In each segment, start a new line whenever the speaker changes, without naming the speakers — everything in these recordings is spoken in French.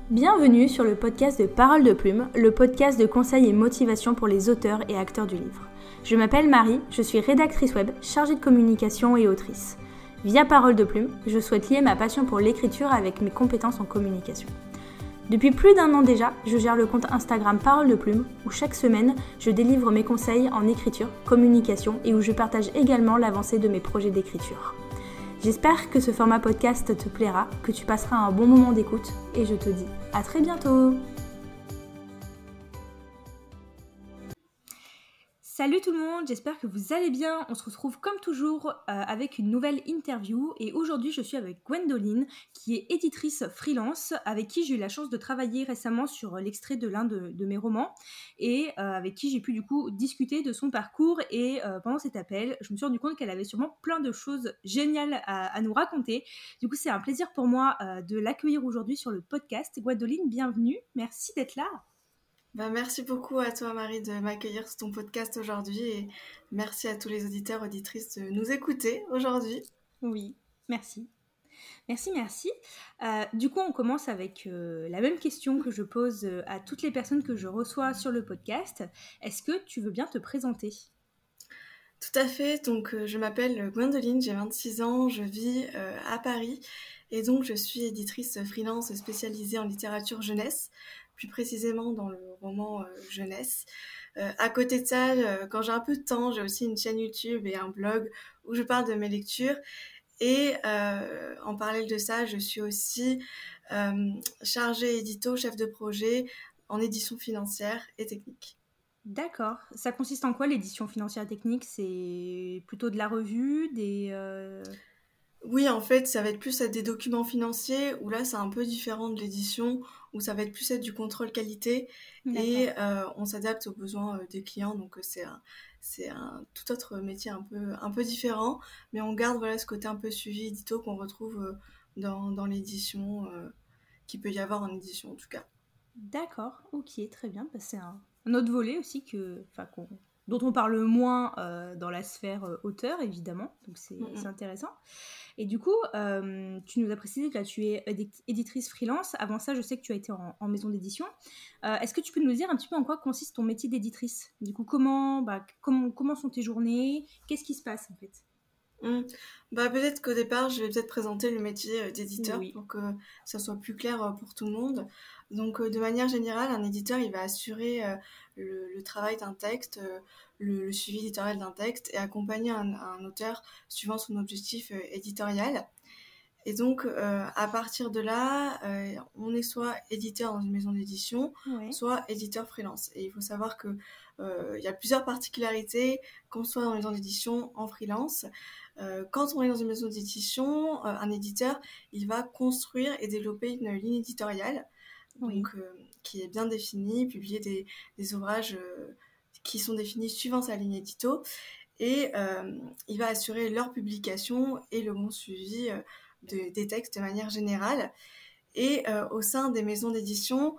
Bienvenue sur le podcast de Parole de Plume, le podcast de conseils et motivation pour les auteurs et acteurs du livre. Je m'appelle Marie, je suis rédactrice web, chargée de communication et autrice. Via Parole de Plume, je souhaite lier ma passion pour l'écriture avec mes compétences en communication. Depuis plus d'un an déjà, je gère le compte Instagram Parole de Plume, où chaque semaine, je délivre mes conseils en écriture, communication et où je partage également l'avancée de mes projets d'écriture. J'espère que ce format podcast te plaira, que tu passeras un bon moment d'écoute et je te dis à très bientôt. Salut tout le monde, j'espère que vous allez bien. On se retrouve comme toujours avec une nouvelle interview et aujourd'hui je suis avec Gwendoline qui est éditrice freelance avec qui j'ai eu la chance de travailler récemment sur l'extrait de l'un de mes romans et avec qui j'ai pu du coup discuter de son parcours et pendant cet appel je me suis rendu compte qu'elle avait sûrement plein de choses géniales à nous raconter. Du coup c'est un plaisir pour moi de l'accueillir aujourd'hui sur le podcast. Gwendoline, bienvenue, merci d'être là.
Merci beaucoup à toi Marie de m'accueillir sur ton podcast aujourd'hui et merci à tous les auditeurs et auditrices de nous écouter aujourd'hui.
Oui, merci. Merci. Du coup, on commence avec la même question que je pose à toutes les personnes que je reçois sur le podcast. Est-ce que tu veux bien te présenter ?
Tout à fait, donc je m'appelle Gwendoline, j'ai 26 ans, je vis à Paris et donc je suis éditrice freelance spécialisée en littérature jeunesse, plus précisément dans le roman jeunesse. À côté de ça, quand j'ai un peu de temps, j'ai aussi une chaîne YouTube et un blog où je parle de mes lectures. Et en parallèle de ça, je suis aussi chargée édito, chef de projet en édition financière et technique.
D'accord. Ça consiste en quoi l'édition financière et technique ? C'est plutôt de la revue,
Oui, en fait, ça va être plus être des documents financiers, où là, c'est un peu différent de l'édition, où ça va être plus être du contrôle qualité, et on s'adapte aux besoins des clients, donc c'est un tout autre métier un peu différent, mais on garde voilà, ce côté un peu suivi édito qu'on retrouve dans l'édition, qu'il peut y avoir en édition en tout cas.
D'accord, ok, très bien. Bah, c'est un autre volet aussi dont on parle moins dans la sphère auteur, évidemment. Donc c'est intéressant. Et du coup, tu nous as précisé que là, tu es éditrice freelance. Avant ça, je sais que tu as été en maison d'édition. Est-ce que tu peux nous dire un petit peu en quoi consiste ton métier d'éditrice ? Du coup, comment sont tes journées ? Qu'est-ce qui se passe en fait ?
Peut-être qu'au départ, je vais peut-être présenter le métier d'éditeur
Oui.
pour que ça soit plus clair pour tout le monde. Donc, de manière générale, un éditeur, il va assurer le travail d'un texte, le suivi éditorial d'un texte et accompagner un auteur suivant son objectif éditorial. Et donc, à partir de là, on est soit éditeur dans une maison d'édition,
Ouais.
soit éditeur freelance. Et il faut savoir que il y a plusieurs particularités, qu'on soit dans une maison d'édition, en freelance. Quand on est dans une maison d'édition, un éditeur, il va construire et développer une ligne éditoriale, donc qui est bien définie, publier des ouvrages qui sont définis suivant sa ligne édito, et il va assurer leur publication et le bon suivi des textes de manière générale. Et au sein des maisons d'édition,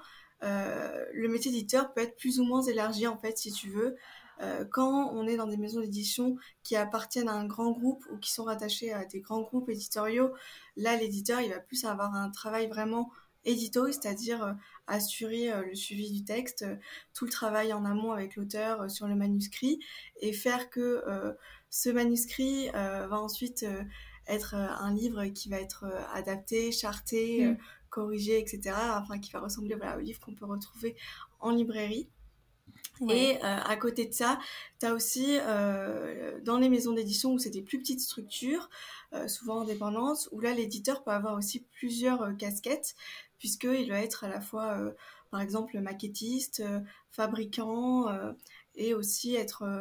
le métier d'éditeur peut être plus ou moins élargi en fait, si tu veux. Quand on est dans des maisons d'édition qui appartiennent à un grand groupe ou qui sont rattachés à des grands groupes éditoriaux, là l'éditeur il va plus avoir un travail vraiment édito, c'est-à-dire assurer le suivi du texte, tout le travail en amont avec l'auteur sur le manuscrit et faire que ce manuscrit va ensuite être un livre qui va être adapté, charté, corrigé, etc. Enfin, qui va ressembler au livre qu'on peut retrouver en librairie.
Ouais.
Et à côté de ça, tu as aussi dans les maisons d'édition où c'est des plus petites structures, souvent indépendantes, où là l'éditeur peut avoir aussi plusieurs casquettes, puisqu'il va être à la fois, par exemple, maquettiste, fabricant, et aussi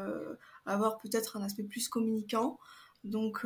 avoir peut-être un aspect plus communicant. Donc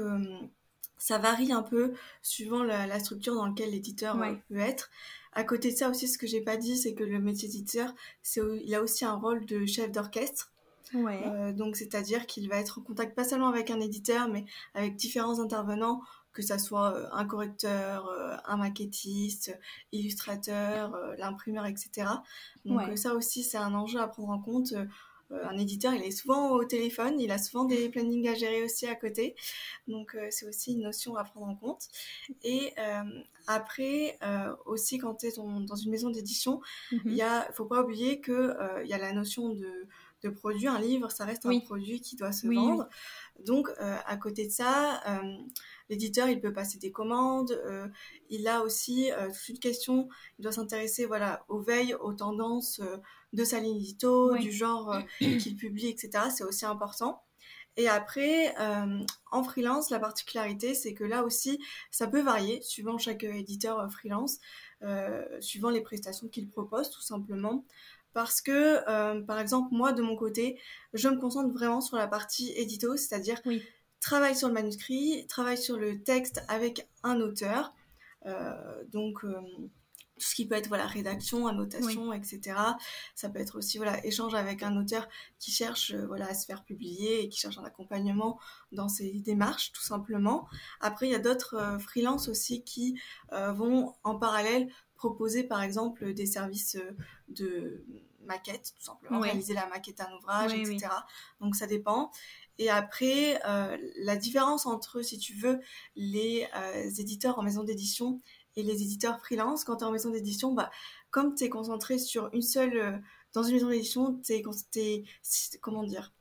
ça varie un peu suivant la structure dans laquelle l'éditeur peut être. À côté de ça aussi, ce que j'ai pas dit, c'est que le métier d'éditeur, il a aussi un rôle de chef d'orchestre.
Ouais.
Donc, c'est-à-dire qu'il va être en contact pas seulement avec un éditeur, mais avec différents intervenants, que ça soit un correcteur, un maquettiste, illustrateur, l'imprimeur, etc. Donc, ça aussi, c'est un enjeu à prendre en compte un éditeur, il est souvent au téléphone, il a souvent des plannings à gérer aussi à côté. Donc, c'est aussi une notion à prendre en compte. Et après, aussi, quand tu es dans une maison d'édition, faut pas oublier que il y a la notion de produit. Un livre, ça reste un
Oui,
produit qui doit se
oui,
vendre. Donc, à côté de ça, l'éditeur, il peut passer des commandes. Il a aussi toute une question. Il doit s'intéresser, voilà, aux veilles, aux tendances de sa ligne édito,
oui.
du genre qu'il publie, etc. C'est aussi important. Et après, en freelance, la particularité, c'est que là aussi, ça peut varier suivant chaque éditeur freelance, suivant les prestations qu'il propose, tout simplement. Parce que, par exemple, moi, de mon côté, je me concentre vraiment sur la partie édito, c'est-à-dire
Oui.
travail sur le manuscrit, travail sur le texte avec un auteur. Donc, tout ce qui peut être voilà, rédaction, annotation,
Oui.
etc. Ça peut être aussi voilà, échange avec un auteur qui cherche voilà, à se faire publier et qui cherche un accompagnement dans ses démarches, tout simplement. Après, il y a d'autres freelances aussi qui vont en parallèle proposer par exemple des services de maquette, tout simplement,
Ouais.
réaliser la maquette d'un ouvrage,
Oui, oui.
etc. Donc ça dépend. Et après, la différence entre, si tu veux, les éditeurs en maison d'édition et les éditeurs freelance, quand tu es en maison d'édition, bah, comme tu es concentré sur une seule... dans une maison d'édition, comment dire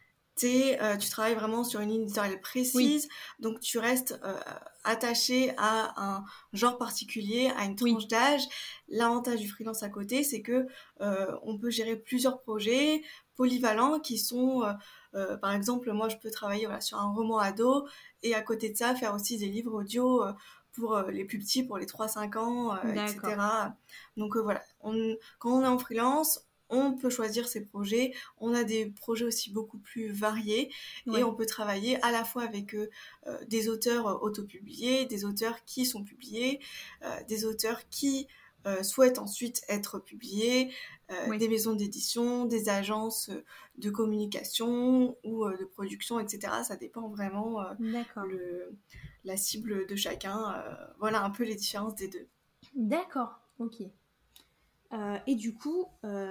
tu travailles vraiment sur une ligne éditoriale
Oui.
précise, donc tu restes attaché à un genre particulier, à une tranche
Oui.
d'âge. L'avantage du freelance à côté, c'est que on peut gérer plusieurs projets polyvalents qui sont, par exemple, moi je peux travailler voilà, sur un roman ado et à côté de ça faire aussi des livres audio pour les plus petits, pour les 3-5 ans,
D'accord.
etc. Donc voilà, quand on est en freelance, on peut choisir ses projets, on a des projets aussi beaucoup plus variés et
Ouais.
on peut travailler à la fois avec des auteurs autopubliés, des auteurs qui sont publiés, des auteurs qui souhaitent ensuite être publiés,
Oui.
des maisons d'édition, des agences de communication ou de production, etc. Ça dépend vraiment
D'accord.
la cible de chacun. Voilà un peu les différences des deux.
D'accord. Ok. Et du coup,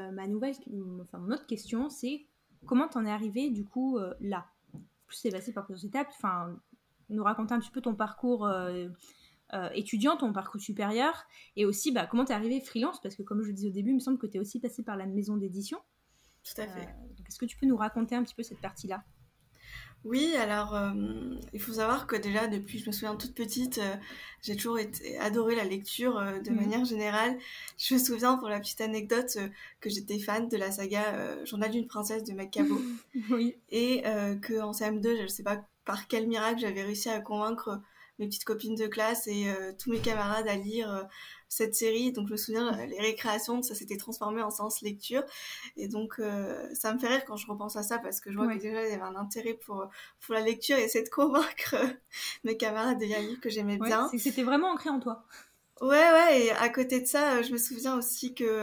mon autre question, c'est comment t'en es arrivé du coup là? Plus c'est passé par plusieurs étapes. Enfin, nous raconter un petit peu ton parcours étudiant, ton parcours supérieur, et aussi comment t'es arrivé freelance, parce que comme je le disais au début, il me semble que t'es aussi passé par la maison d'édition.
Tout à fait.
Donc est-ce que tu peux nous raconter un petit peu cette partie-là?
Oui, alors il faut savoir que déjà depuis je me souviens toute petite, j'ai toujours adoré la lecture de manière générale. Je me souviens pour la petite anecdote que j'étais fan de la saga Journal d'une princesse de Meg Cabot
Oui.
et que en CM2, je ne sais pas par quel miracle, j'avais réussi à convaincre mes petites copines de classe et tous mes camarades à lire cette série. Donc je me souviens, les récréations, ça s'était transformé en séance lecture. Et donc ça me fait rire quand je repense à ça parce que je vois que
Ouais.
déjà il y avait un intérêt pour la lecture et essayer de convaincre mes camarades de lire un livre que j'aimais
Ouais,
bien.
c'était vraiment ancré en toi.
Ouais, et à côté de ça, je me souviens aussi que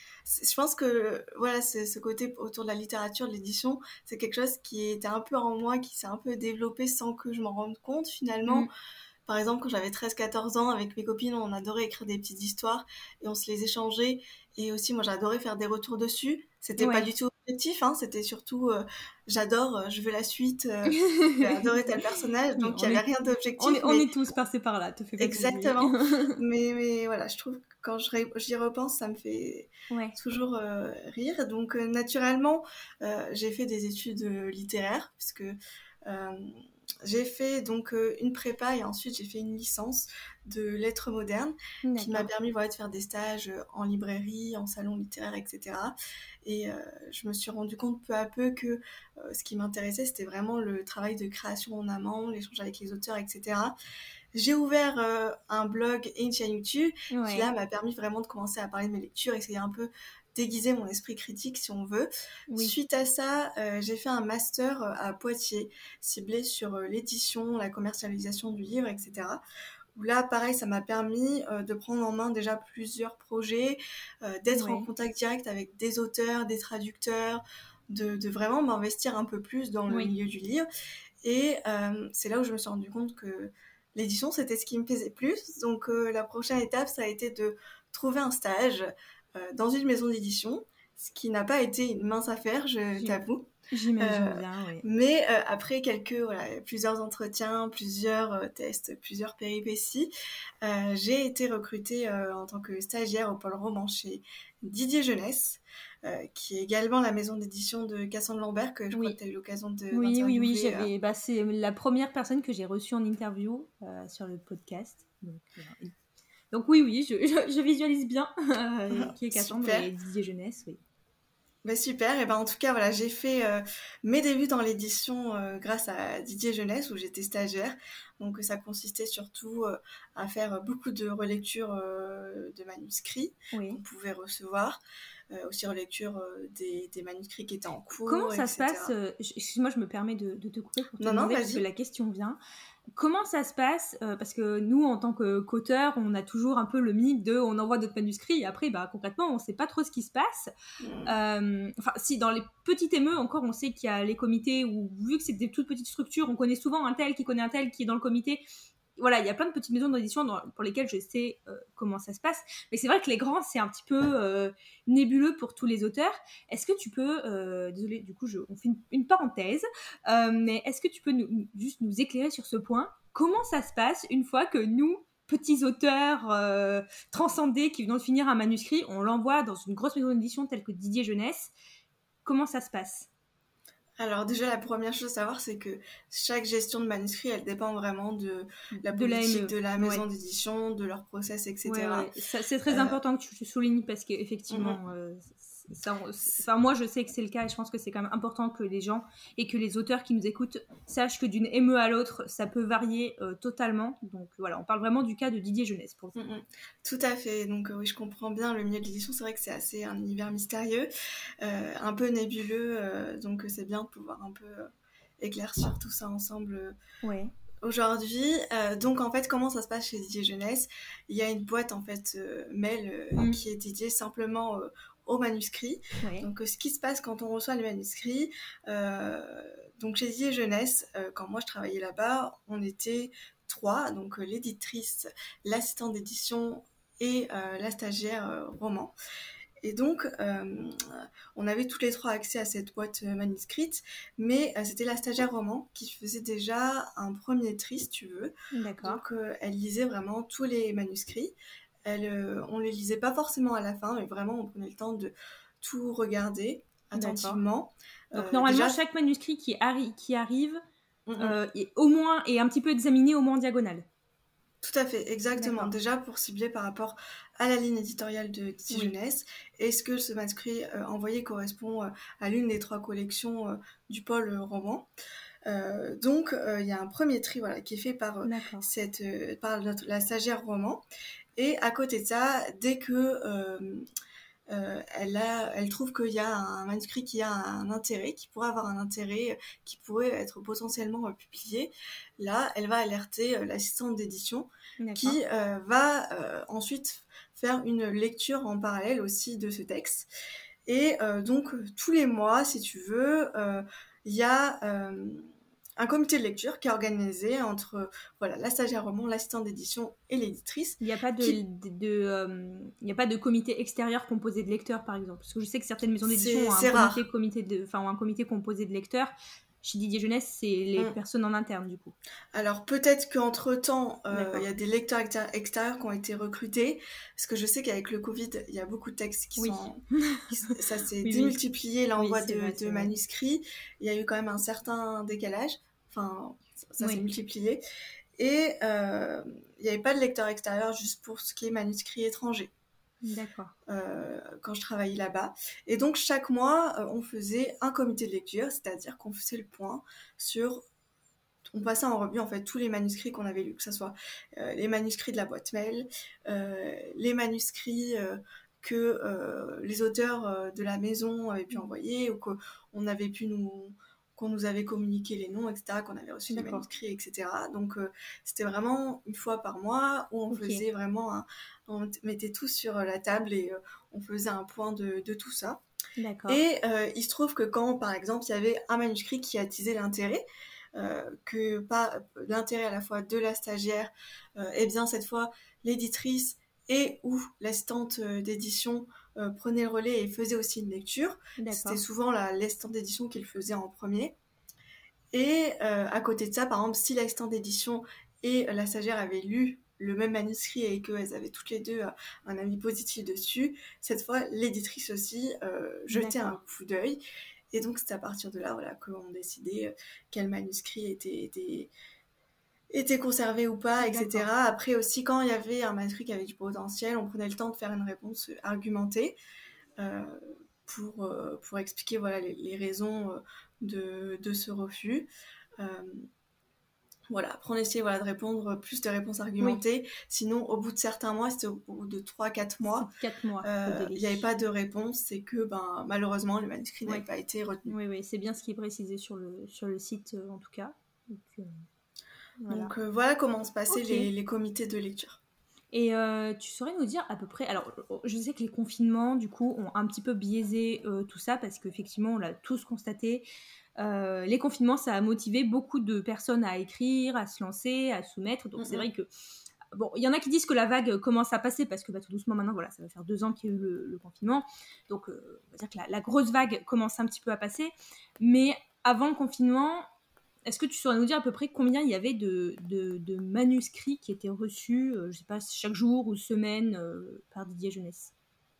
je pense que voilà, ce côté autour de la littérature, de l'édition, c'est quelque chose qui était un peu en moi, qui s'est un peu développé sans que je m'en rende compte finalement. Par exemple, quand j'avais 13-14 ans, avec mes copines, on adorait écrire des petites histoires et on se les échangeait. Et aussi, moi, j'adorais faire des retours dessus. C'était pas
Ouais.
du tout objectif, hein, c'était surtout j'adore, je veux la suite, j'ai adoré tel personnage,
Oui,
donc il y avait rien d'objectif,
on
mais
est tous passés par là, te fais pas de soucis.
exactement. Mais voilà, je trouve que quand j'y repense, ça me fait
Ouais.
toujours rire. Donc naturellement, j'ai fait des études littéraires puisque euh, j'ai fait donc une prépa et ensuite j'ai fait une licence de lettres modernes qui m'a
D'accord.
permis voilà, de faire des stages en librairie, en salon littéraire, etc. Et je me suis rendu compte peu à peu que ce qui m'intéressait, c'était vraiment le travail de création en amont, l'échange avec les auteurs, etc. J'ai ouvert un blog et une chaîne YouTube qui là
Ouais.
m'a permis vraiment de commencer à parler de mes lectures, essayer un peu déguiser mon esprit critique si on veut.
Oui.
Suite à ça, j'ai fait un master à Poitiers, ciblé sur l'édition, la commercialisation du livre, etc. Où là, pareil, ça m'a permis de prendre en main déjà plusieurs projets, d'être en
Ouais.
contact direct avec des auteurs, des traducteurs, de vraiment m'investir un peu plus dans le
Oui.
milieu du livre. Et c'est là où je me suis rendu compte que l'édition, c'était ce qui me plaisait plus. Donc la prochaine étape, ça a été de trouver un stage dans une maison d'édition. ce qui n'a pas été une mince affaire, je t'avoue.
J'imagine bien, oui.
Mais après plusieurs entretiens, plusieurs tests, plusieurs péripéties, j'ai été recrutée en tant que stagiaire au pôle roman chez Didier Jeunesse, qui est également la maison d'édition de Cassandre Lambert, que je crois que tu as eu l'occasion d'interviewer.
Oui. C'est la première personne que j'ai reçue en interview sur le podcast. Donc oui, je visualise bien qui est Cassandre et Didier Jeunesse, oui.
Bah super, et ben en tout cas voilà, j'ai fait mes débuts dans l'édition grâce à Didier Jeunesse où j'étais stagiaire. Donc ça consistait surtout à faire beaucoup de relectures de manuscrits qu'on pouvait recevoir, aussi relecture des manuscrits qui étaient en cours.
Comment ça se passe excuse-moi, je me permets de te couper pour te demander parce que la question vient. Comment ça se passe parce que nous, en tant qu'auteurs, on a toujours un peu le mythe de on envoie notre manuscrit et après, concrètement, on ne sait pas trop ce qui se passe. Si dans les petites émeux, encore, on sait qu'il y a les comités où, vu que c'est des toutes petites structures, on connaît souvent un tel qui connaît un tel qui est dans le comité. Voilà, il y a plein de petites maisons d'édition pour lesquelles je sais comment ça se passe. Mais c'est vrai que les grands, c'est un petit peu nébuleux pour tous les auteurs. Est-ce que tu peux, désolée, du coup, on fait une parenthèse, mais est-ce que tu peux juste nous éclairer sur ce point ? Comment ça se passe une fois que nous, petits auteurs transcendés qui venons de finir un manuscrit, on l'envoie dans une grosse maison d'édition telle que Didier Jeunesse ? Comment ça se passe ?
Alors déjà, la première chose à savoir, c'est que chaque gestion de manuscrit, elle dépend vraiment de la politique de la maison d'édition, de leur process, etc.
Ouais. C'est très important que tu soulignes parce qu'effectivement, moi je sais que c'est le cas et je pense que c'est quand même important que les gens et que les auteurs qui nous écoutent sachent que d'une émeu à l'autre, ça peut varier totalement. Donc voilà, on parle vraiment du cas de Didier Jeunesse pour le coup.
Tout à fait. Donc oui, je comprends bien le milieu de l'édition. C'est vrai que c'est assez un univers mystérieux, un peu nébuleux. Donc c'est bien de pouvoir un peu éclaircir tout ça ensemble. Aujourd'hui, donc en fait, comment ça se passe chez Didier Jeunesse ? Il y a une boîte en fait mail qui est dédiée simplement aux manuscrits. Donc ce qui se passe quand on reçoit les manuscrits, donc chez Didier Jeunesse, quand moi je travaillais là-bas, on était 3, donc l'éditrice, l'assistante d'édition et la stagiaire roman. Et donc, on avait tous les 3 accès à cette boîte manuscrite, mais c'était la stagiaire roman qui faisait déjà un premier tri, si tu veux.
D'accord.
Donc, elle lisait vraiment tous les manuscrits. On les lisait pas forcément à la fin, mais vraiment, on prenait le temps de tout regarder attentivement.
Donc, normalement, chaque manuscrit qui arrive est un petit peu examiné au moins en diagonale.
Tout à fait, exactement. Déjà pour cibler par rapport à la ligne éditoriale de Didier Jeunesse, est-ce que ce manuscrit envoyé correspond à l'une des 3 collections du pôle roman. Donc il y a un premier tri qui est fait par la stagiaire roman. Et à côté de ça, dès que elle trouve qu'il y a un manuscrit qui a un intérêt, qui pourrait avoir un intérêt, qui pourrait être potentiellement publié, là, elle va alerter l'assistante d'édition qui va ensuite faire une lecture en parallèle aussi de ce texte. Et donc, tous les mois, si tu veux, il y a un comité de lecture qui est organisé entre la stagiaire roman, l'assistante d'édition et l'éditrice.
Il n'y a pas de comité extérieur composé de lecteurs, par exemple. Parce que je sais que certaines maisons d'édition ont un comité composé de lecteurs. Chez Didier Jeunesse, c'est les personnes en interne, du coup.
Alors, peut-être qu'entre-temps, il y a des lecteurs extérieurs qui ont été recrutés. Parce que je sais qu'avec le Covid, il y a beaucoup de textes ça s'est démultiplié, l'envoi de manuscrits. Il y a eu quand même un certain décalage. Enfin, ça s'est multiplié. Et il n'y avait pas de lecteur extérieur juste pour ce qui est manuscrit étranger.
D'accord.
Quand je travaillais là-bas. Et donc, chaque mois, on faisait un comité de lecture, c'est-à-dire qu'on faisait le point sur... On passait en revue, en fait, tous les manuscrits qu'on avait lus, que ce soit les manuscrits de la boîte mail, les manuscrits que les auteurs de la maison avaient pu envoyer, ou qu'on avait pu qu'on nous avait communiqué les noms, etc., qu'on avait reçu des manuscrits, etc. Donc, c'était vraiment une fois par mois où on faisait vraiment on mettait tout sur la table et on faisait un point de tout ça. Et il se trouve que quand, par exemple, il y avait un manuscrit qui attisait l'intérêt, que pas l'intérêt à la fois de la stagiaire, et bien cette fois l'éditrice et ou l'assistante d'édition prenait le relais et faisait aussi une lecture.
D'accord.
C'était souvent l'assistante d'édition qui le faisait en premier. Et à côté de ça, par exemple, si l'assistante d'édition et la stagiaire avaient lu le même manuscrit et qu'elles avaient toutes les deux un avis positif dessus, cette fois, l'éditrice aussi jetait un coup d'œil. Et donc, c'est à partir de là qu'on décidait quel manuscrit était conservé ou pas, etc.
D'accord.
Après aussi, quand il y avait un manuscrit qui avait du potentiel, on prenait le temps de faire une réponse argumentée pour expliquer les raisons de ce refus. Voilà, après on essayait de répondre plus de réponses argumentées. Sinon, au bout de certains mois, c'était au bout de 3-4 mois,
4 mois
il n'y avait pas de réponse, c'est que malheureusement le manuscrit n'avait pas été retenu.
Oui, c'est bien ce qui est précisé sur le site en tout cas.
Donc voilà comment se passaient les comités de lecture.
Et tu saurais nous dire à peu près, alors je sais que les confinements du coup ont un petit peu biaisé tout ça parce qu'effectivement on l'a tous constaté, les confinements ça a motivé beaucoup de personnes à écrire, à se lancer, à soumettre, donc c'est vrai que bon, il y en a qui disent que la vague commence à passer parce que tout doucement maintenant, ça va faire 2 ans qu'il y a eu le confinement, donc on va dire que la grosse vague commence un petit peu à passer, mais avant le confinement, est-ce que tu saurais nous dire à peu près combien il y avait de manuscrits qui étaient reçus, je sais pas, chaque jour ou semaine par Didier Jeunesse?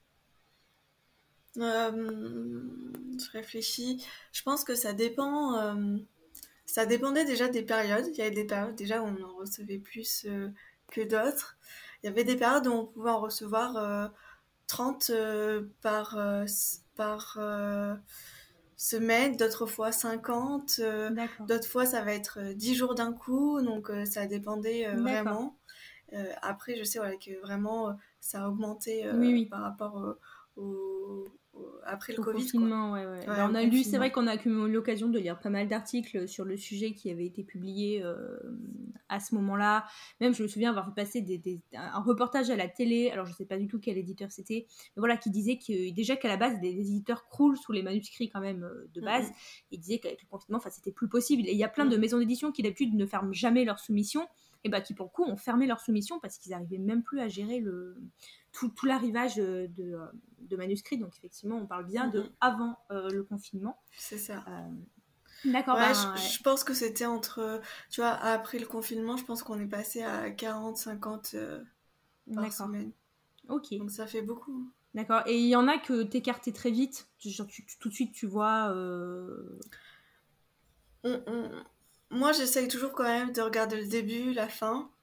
Je réfléchis. Je pense que ça dépend. Ça dépendait déjà des périodes. Il y avait des périodes déjà où on en recevait plus que d'autres. Il y avait des périodes où on pouvait en recevoir 30 par semaine, d'autres fois 50. D'autres fois, ça va être 10 jours d'un coup. Donc, ça dépendait vraiment. Après, je sais que vraiment, ça a augmenté par rapport après le Covid.
Confinement, ouais. On a lu, c'est vrai qu'on a eu l'occasion de lire pas mal d'articles sur le sujet qui avaient été publiés à ce moment-là. Même, je me souviens avoir vu passer un reportage à la télé, alors je sais pas du tout quel éditeur c'était, mais voilà, qui disait que déjà qu'à la base, des éditeurs croulent sous les manuscrits quand même de base. Il disait qu'avec le confinement, c'était plus possible. Et il y a plein de maisons d'édition qui d'habitude ne ferment jamais leur soumission, et qui pour le coup ont fermé leur soumission parce qu'ils n'arrivaient même plus à gérer tout l'arrivage de manuscrits. Donc effectivement, on parle bien de avant le confinement.
C'est ça.
D'accord.
Je pense que c'était tu vois, après le confinement, je pense qu'on est passé à 40-50 par semaine.
Ok.
Donc ça fait beaucoup.
D'accord. Et il y en a que t'écartais très vite, genre tout de suite tu vois.
Moi, j'essaye toujours quand même de regarder le début, la fin,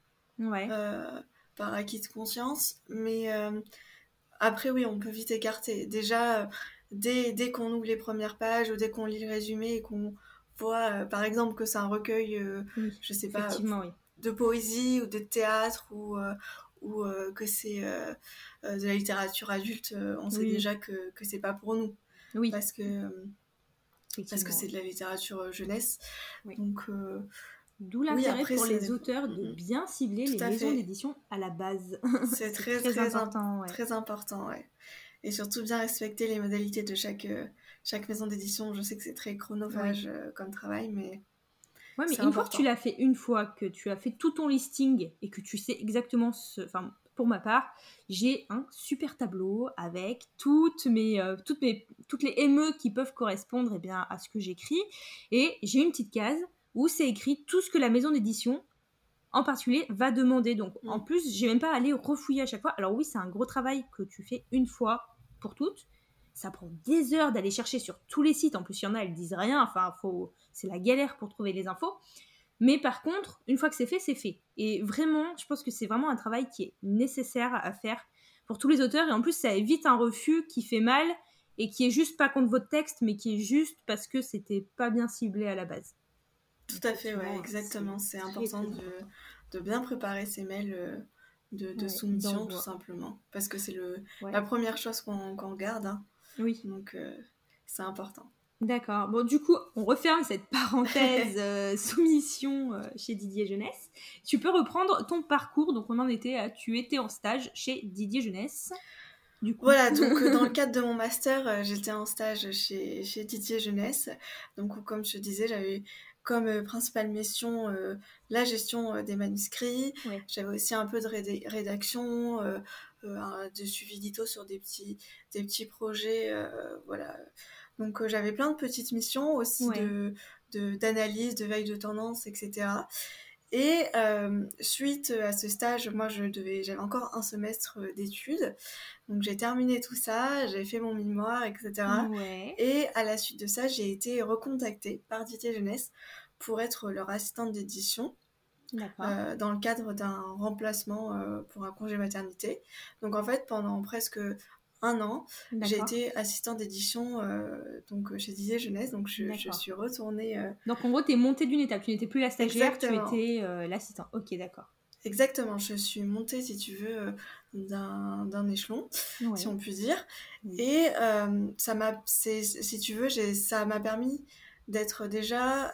par acquis de conscience. Mais après, oui, on peut vite écarter. Déjà, dès qu'on ouvre les premières pages ou dès qu'on lit le résumé et qu'on voit, par exemple, que c'est un recueil, je sais pas, de poésie ou de théâtre ou que c'est de la littérature adulte, on sait déjà que c'est pas pour nous. Parce que c'est de la littérature jeunesse. Donc,
d'où l'intérêt pour les auteurs de bien cibler les maisons d'édition à la base.
C'est très important. Très important, ouais. Et surtout bien respecter les modalités de chaque maison d'édition. Je sais que c'est très chronophage comme travail, mais
mais une fois que tu l'as fait, une fois que tu as fait tout ton listing et que tu sais exactement pour ma part, j'ai un super tableau avec toutes les ME qui peuvent correspondre à ce que j'écris. Et j'ai une petite case où c'est écrit tout ce que la maison d'édition en particulier va demander. Donc en plus, j'ai même pas à aller refouiller à chaque fois. Alors oui, c'est un gros travail que tu fais une fois pour toutes. Ça prend des heures d'aller chercher sur tous les sites. En plus, il y en a, elles disent rien. C'est la galère pour trouver les infos. Mais par contre, une fois que c'est fait, c'est fait. Et vraiment, je pense que c'est vraiment un travail qui est nécessaire à faire pour tous les auteurs. Et en plus, ça évite un refus qui fait mal et qui est juste pas contre votre texte, mais qui est juste parce que c'était pas bien ciblé à la base.
Tout à fait, ouais, exactement. C'est important de bien préparer ses mails de soumission, tout simplement. Parce que c'est la première chose qu'on regarde. Hein.
Oui.
Donc, c'est important.
D'accord. Bon, du coup, on referme cette parenthèse soumission chez Didier Jeunesse. Tu peux reprendre ton parcours. Donc, on en était tu étais en stage chez Didier Jeunesse. Du coup.
Voilà, donc dans le cadre de mon master, j'étais en stage chez Didier Jeunesse. Donc, comme je te disais, comme principale mission la gestion des manuscrits.
Ouais.
J'avais aussi un peu de rédaction, de suivi d'édito sur des petits projets, voilà. Donc j'avais plein de petites missions aussi d'analyse, de veille de tendance, etc. Et suite à ce stage, moi j'avais encore un semestre d'études, donc j'ai terminé tout ça, j'ai fait mon mémoire, etc.
Ouais.
Et à la suite de ça, j'ai été recontactée par Didier Jeunesse pour être leur assistante d'édition. Dans le cadre d'un remplacement pour un congé maternité. Donc en fait, pendant presque un an, j'ai été assistante d'édition donc chez Didier Jeunesse, donc je suis retournée...
Donc en gros, tu es montée d'une étape, tu n'étais plus la stagiaire,
Exactement.
tu étais l'assistante. Ok, d'accord.
Exactement, je suis montée, si tu veux, d'un échelon, si on peut dire. Oui. Et ça m'a, si tu veux, ça m'a permis d'être déjà...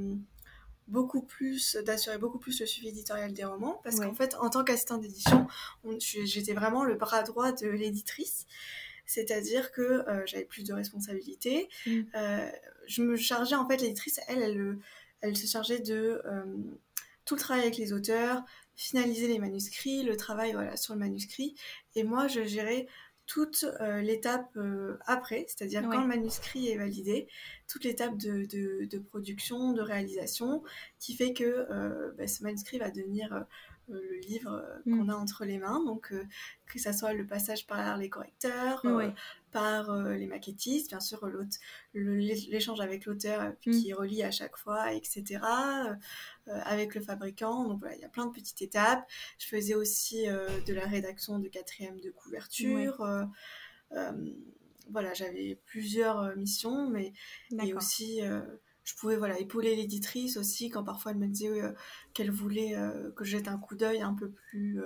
d'assurer beaucoup plus le suivi éditorial des romans, parce qu'en fait, en tant qu'assistante d'édition, j'étais vraiment le bras droit de l'éditrice, c'est-à-dire que j'avais plus de responsabilités. Je me chargeais, en fait, l'éditrice, elle se chargeait de tout le travail avec les auteurs, finaliser les manuscrits, le travail sur le manuscrit, et moi, je gérais toute l'étape après, c'est-à-dire quand le manuscrit est validé, toute l'étape de production, de réalisation, qui fait que ce manuscrit va devenir le livre qu'on a entre les mains, donc que ça soit le passage par les correcteurs, par les maquettistes, bien sûr l'échange avec l'auteur qui relie à chaque fois, etc., avec le fabricant, donc voilà, il y a plein de petites étapes. Je faisais aussi de la rédaction de quatrième de couverture, voilà, j'avais plusieurs missions, et aussi je pouvais épauler l'éditrice aussi quand parfois elle me disait qu'elle voulait que je jette un coup d'œil un peu plus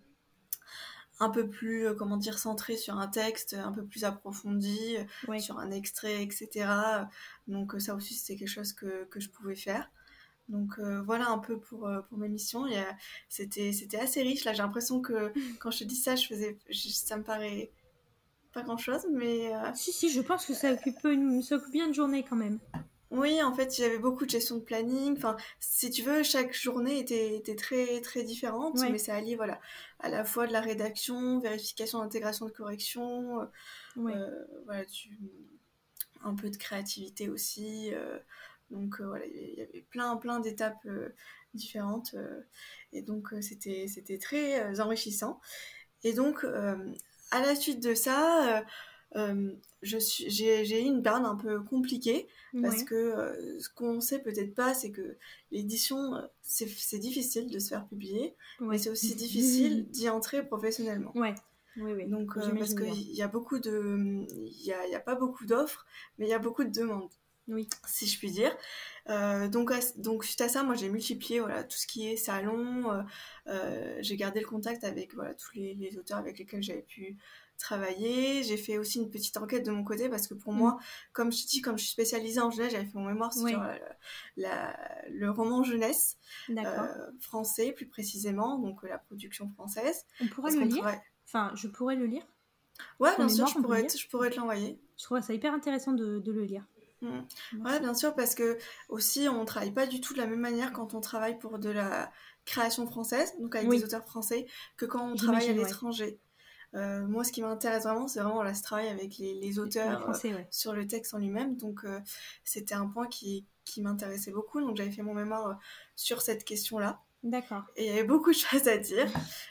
comment dire, centré sur un texte un peu plus approfondi, sur un extrait, etc. Donc ça aussi c'était quelque chose que je pouvais faire. Donc voilà un peu pour mes missions. C'était assez riche. Là, j'ai l'impression que quand je te dis ça, ça me paraît pas grand-chose, mais...
Si, je pense que ça occupe bien une journée quand même.
Oui, en fait, j'avais beaucoup de gestion de planning. Enfin, si tu veux, chaque journée était très, très différente, mais ça alliait, voilà, à la fois de la rédaction, vérification, intégration de correction, voilà, un peu de créativité aussi. Donc voilà, il y avait plein d'étapes différentes. Et donc c'était très enrichissant. Et donc à la suite de ça, j'ai eu une période un peu compliquée parce que ce qu'on sait peut-être pas, c'est que l'édition, c'est difficile de se faire publier, mais c'est aussi difficile d'y entrer professionnellement.
Oui.
Donc parce qu'il y a il y a pas beaucoup d'offres, mais il y a beaucoup de demandes.
Oui.
Si je puis dire. Donc suite à ça, moi j'ai multiplié tout ce qui est salon. J'ai gardé le contact avec tous les auteurs avec lesquels j'avais pu travailler. J'ai fait aussi une petite enquête de mon côté parce que pour moi, comme je dis, comme je suis spécialisée en jeunesse, j'avais fait mon mémoire sur le roman jeunesse français plus précisément, donc la production française.
On pourra le lire. Enfin, je pourrais le lire.
Ouais, bien sûr, je pourrais te l'envoyer.
Je trouve ça hyper intéressant de le lire.
Ouais, bien sûr, parce que aussi on travaille pas du tout de la même manière quand on travaille pour de la création française, donc avec des auteurs français, que quand on travaille à l'étranger. Moi, ce qui m'intéresse vraiment, c'est vraiment ce travail avec les auteurs français, sur le texte en lui-même. Donc, c'était un point qui m'intéressait beaucoup. Donc, j'avais fait mon mémoire sur cette question-là.
D'accord.
Et il y avait beaucoup de choses à dire.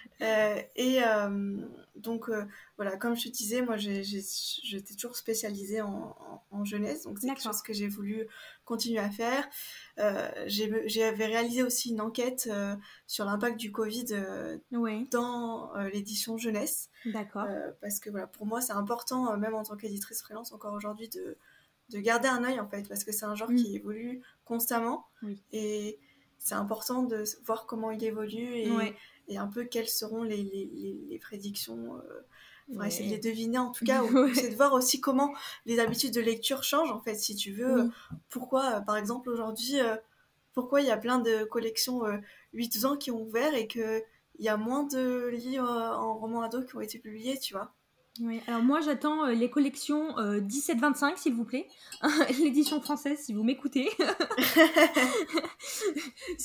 Donc, voilà, comme je te disais, moi, j'étais toujours spécialisée en jeunesse. Donc, c'est quelque chose que j'ai voulu continuer à faire. J'avais réalisé aussi une enquête sur l'impact du Covid dans l'édition jeunesse.
D'accord.
Parce que, voilà, pour moi, c'est important, même en tant qu'éditrice freelance, encore aujourd'hui, de garder un œil, en fait, parce que c'est un genre qui évolue constamment. Et c'est important de voir comment il évolue et un peu quelles seront les prédictions. Essayer de les deviner en tout cas, ou c'est de voir aussi comment les habitudes de lecture changent en fait, si tu veux. Pourquoi, par exemple, aujourd'hui, pourquoi il y a plein de collections 8 ans qui ont ouvert et qu'il y a moins de livres en roman ado qui ont été publiés, tu vois.
Oui, alors moi j'attends les collections 17-25 s'il vous plaît, l'édition française si vous m'écoutez. Parce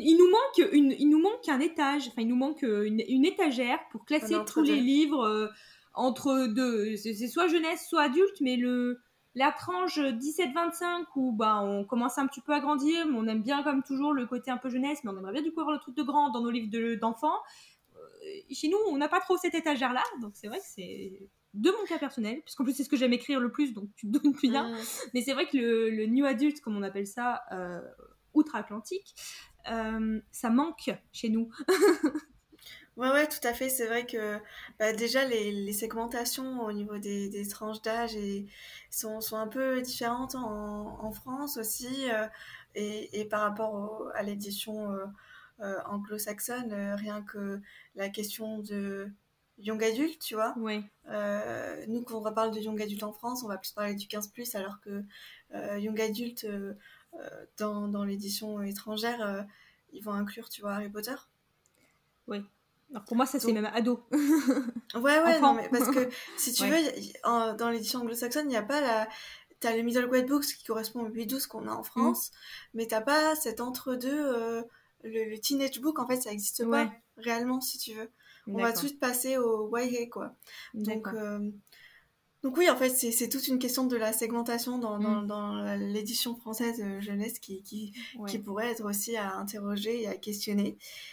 il nous manque un étage, enfin il nous manque une étagère pour classer tous les livres entre deux, c'est soit jeunesse soit adulte, mais la tranche 17-25 où bah, on commence un petit peu à grandir, mais on aime bien comme toujours le côté un peu jeunesse, mais on aimerait bien du coup avoir le truc de grand dans nos livres d'enfants. Chez nous, on n'a pas trop cette étagère-là, donc c'est vrai que c'est de mon cas personnel, puisqu'en plus c'est ce que j'aime écrire le plus, donc tu te doutes bien. Mais c'est vrai que le new adulte, comme on appelle ça, outre-Atlantique, ça manque chez nous.
Ouais, tout à fait. C'est vrai que déjà les segmentations au niveau des tranches d'âge sont un peu différentes en France aussi, et par rapport à l'édition anglo-saxonne, rien que la question de young adulte, tu vois.
Ouais.
Nous, quand on parle de young adulte en France, on va plus parler du 15+, alors que young adulte, dans l'édition étrangère, ils vont inclure, tu vois, Harry Potter.
Oui. Alors pour moi, ça c'est
Donc,
même ado.
ouais, non, mais parce que si tu
Ouais.
veux, dans l'édition anglo-saxonne, il n'y a pas la. T'as le middle grade books qui correspond au 8-12 qu'on a en France, mais t'as pas cet entre-deux, le teenage book, en fait, ça n'existe
Ouais.
pas réellement, si tu veux. On va
D'accord.
tout de suite passer au YA, quoi.
D'accord.
Donc oui, en fait, c'est toute une question de la segmentation dans l'édition française jeunesse qui pourrait être aussi à interroger et à questionner.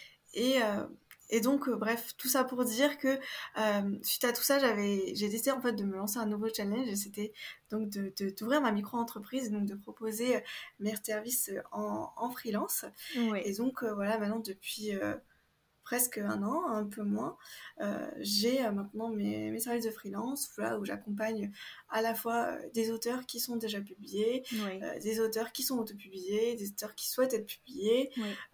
Et donc, bref, tout ça pour dire que suite à tout ça, j'ai décidé en fait de me lancer un nouveau challenge, et c'était donc d'ouvrir ma micro-entreprise, donc de proposer mes services en freelance.
Ouais.
Et donc, voilà, maintenant, depuis presque un an, un peu moins, j'ai maintenant mes services de freelance, voilà, où j'accompagne à la fois des auteurs qui sont déjà publiés, des auteurs qui sont autopubliés, des auteurs qui souhaitent être publiés,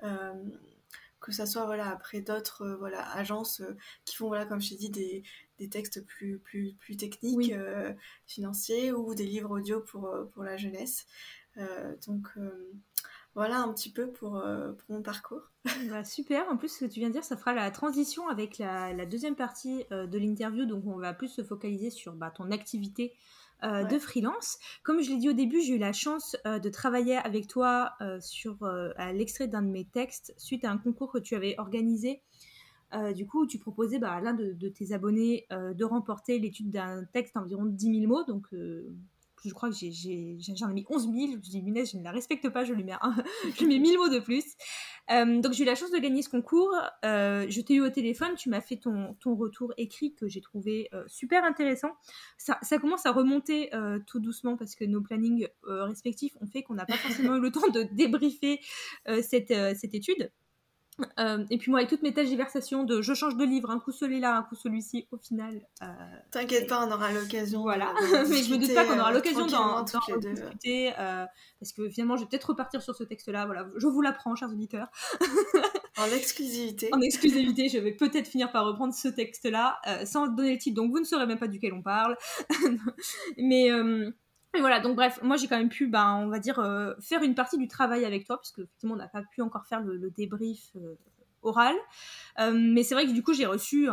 que ça soit voilà, après d'autres voilà, agences qui font, voilà, comme je t'ai dit, des textes plus techniques, financiers, ou des livres audio pour la jeunesse. Donc voilà un petit peu pour mon parcours.
Bah, super, en plus ce que tu viens de dire, ça fera la transition avec la deuxième partie de l'interview, donc on va plus se focaliser sur ton activité de freelance. Comme je l'ai dit au début, j'ai eu la chance de travailler avec toi à l'extrait d'un de mes textes suite à un concours que tu avais organisé. Du coup, tu proposais à l'un de tes abonnés de remporter l'étude d'un texte d'environ 10 000 mots, donc je crois que j'en ai mis 11 000, je me suis dit, Munez, je ne la respecte pas, je lui mets 1000 mots de plus. Donc j'ai eu la chance de gagner ce concours, je t'ai eu au téléphone, tu m'as fait ton retour écrit que j'ai trouvé super intéressant. Ça commence à remonter tout doucement parce que nos plannings respectifs ont fait qu'on n'a pas forcément eu le temps de débriefer cette étude. Et puis moi, avec toutes mes tergiversations de je change de livre, un coup celui-là, un coup celui-ci, au final...
T'inquiète pas, on aura l'occasion.
Voilà, mais je me doute pas qu'on aura l'occasion d'en discuter, parce que finalement, je vais peut-être repartir sur ce texte-là. Voilà, je vous l'apprends, chers auditeurs.
En exclusivité.
En exclusivité, je vais peut-être finir par reprendre ce texte-là, sans donner le titre, donc vous ne saurez même pas duquel on parle. mais voilà, donc bref, moi j'ai quand même pu, on va dire, faire une partie du travail avec toi, parce qu'effectivement, on n'a pas pu encore faire le débrief oral. Mais c'est vrai que du coup, j'ai reçu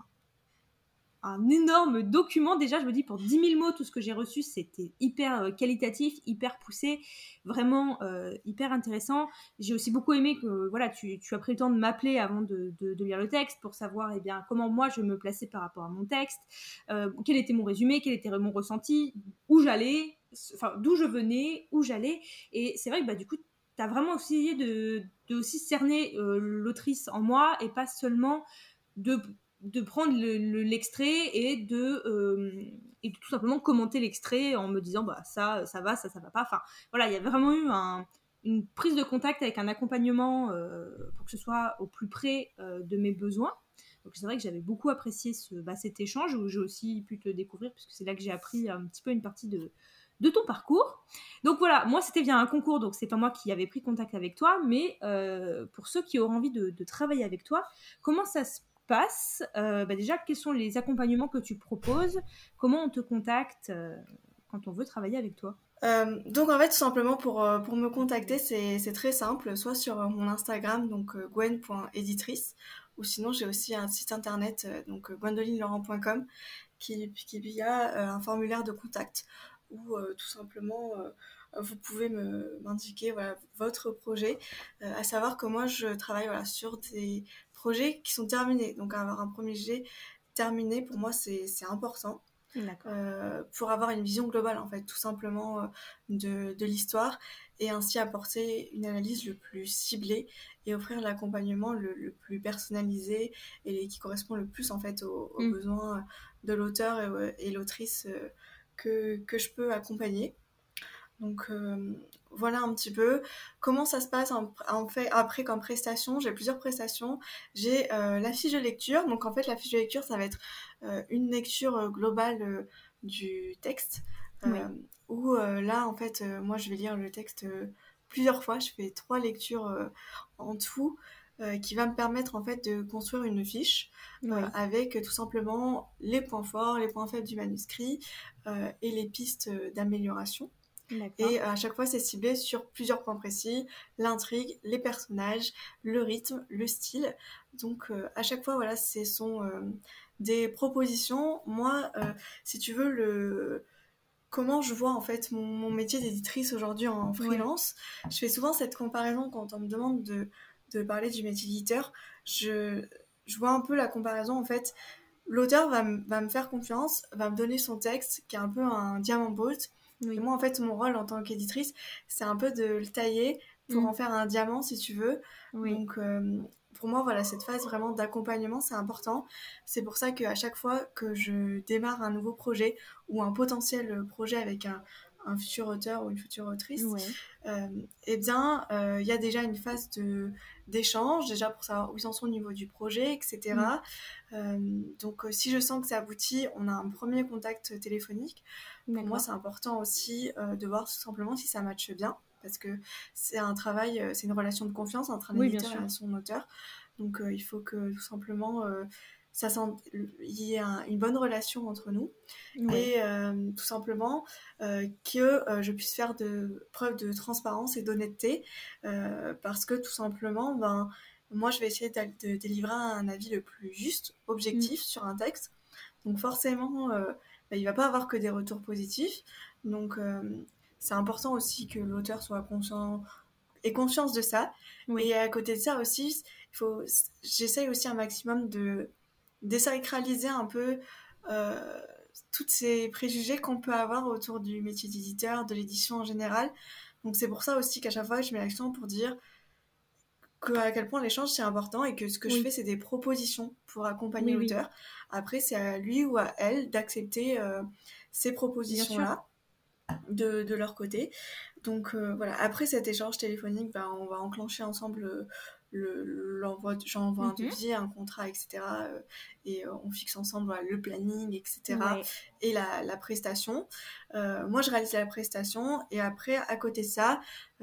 un énorme document. Déjà, je me dis, pour 10 000 mots, tout ce que j'ai reçu, c'était hyper qualitatif, hyper poussé, vraiment hyper intéressant. J'ai aussi beaucoup aimé que voilà, tu as pris le temps de m'appeler avant de lire le texte pour savoir comment moi je me plaçais par rapport à mon texte, quel était mon résumé, quel était mon ressenti, où j'allais, enfin d'où je venais, où j'allais. Et c'est vrai que du coup, tu as vraiment essayé de aussi cerner l'autrice en moi, et pas seulement de prendre l'extrait et de tout simplement commenter l'extrait en me disant ça va, ça va pas. Enfin voilà, il y a vraiment eu une prise de contact avec un accompagnement pour que ce soit au plus près de mes besoins. Donc c'est vrai que j'avais beaucoup apprécié cet échange où j'ai aussi pu te découvrir, puisque c'est là que j'ai appris un petit peu une partie de ton parcours. Donc voilà, moi c'était via un concours, donc c'est pas moi qui avais pris contact avec toi, mais pour ceux qui auront envie de travailler avec toi, comment ça se passe? Déjà, quels sont les accompagnements que tu proposes? Comment on te contacte quand on veut travailler avec toi?
Donc en fait, tout simplement pour me contacter, c'est très simple, soit sur mon Instagram, donc gwen.editrice, ou sinon j'ai aussi un site internet, donc gwendolinelaurent.com, qu'il y a un formulaire de contact où tout simplement vous pouvez m'indiquer voilà, votre projet, à savoir que moi je travaille voilà, sur des projets qui sont terminés. Donc avoir un premier jet terminé, pour moi c'est important. Pour avoir une vision globale en fait tout simplement de l'histoire et ainsi apporter une analyse le plus ciblée et offrir l'accompagnement le plus personnalisé et qui correspond le plus en fait aux besoins de l'auteur et l'autrice que je peux accompagner. Donc voilà un petit peu comment ça se passe en fait après comme prestation. J'ai plusieurs prestations. J'ai la fiche de lecture. Donc en fait la fiche de lecture ça va être une lecture globale du texte où là en fait moi je vais lire le texte plusieurs fois. Je fais 3 lectures en tout qui va me permettre en fait de construire une fiche avec tout simplement les points forts, les points faibles du manuscrit et les pistes d'amélioration. Et à chaque fois, c'est ciblé sur plusieurs points précis, l'intrigue, les personnages, le rythme, le style. Donc à chaque fois, voilà, ce sont des propositions. Moi, si tu veux, comment je vois en fait mon métier d'éditrice aujourd'hui en freelance, je fais souvent cette comparaison quand on me demande de parler du métier d'éditeur. Je vois un peu la comparaison en fait. L'auteur va me faire confiance, va me donner son texte, qui est un peu un diamant brut. Et moi, en fait, mon rôle en tant qu'éditrice, c'est un peu de le tailler pour en faire un diamant, si tu veux. Donc, pour moi, voilà, cette phase vraiment d'accompagnement, c'est important. C'est pour ça qu'à chaque fois que je démarre un nouveau projet ou un potentiel projet avec un futur auteur ou une future autrice, eh bien, il y a déjà une phase d'échange, déjà pour savoir où ils en sont au niveau du projet, etc. Donc, si je sens que ça aboutit, on a un premier contact téléphonique. Pour moi, c'est important aussi de voir tout simplement si ça matche bien, parce que c'est un travail, c'est une relation de confiance entre un éditeur et son auteur. Donc, il faut que tout simplement il y ait une bonne relation entre nous et tout simplement que je puisse faire preuve de transparence et d'honnêteté parce que tout simplement, moi, je vais essayer de délivrer un avis le plus juste, objectif sur un texte. Donc forcément, il ne va pas avoir que des retours positifs. Donc c'est important aussi que l'auteur soit conscient ait conscience de ça. Et à côté de ça aussi, j'essaye aussi un maximum de désacraliser un peu toutes ces préjugés qu'on peut avoir autour du métier d'éditeur, de l'édition en général. Donc c'est pour ça aussi qu'à chaque fois, je mets l'accent pour dire à quel point l'échange c'est important et que ce que je fais c'est des propositions pour accompagner l'auteur. Après c'est à lui ou à elle d'accepter ces propositions là de leur côté. Donc voilà, après cet échange téléphonique, on va enclencher ensemble j'envoie un devis, un contrat, etc. Et on fixe ensemble le planning, etc. Et la prestation. Moi, je réalise la prestation et après, à côté de ça,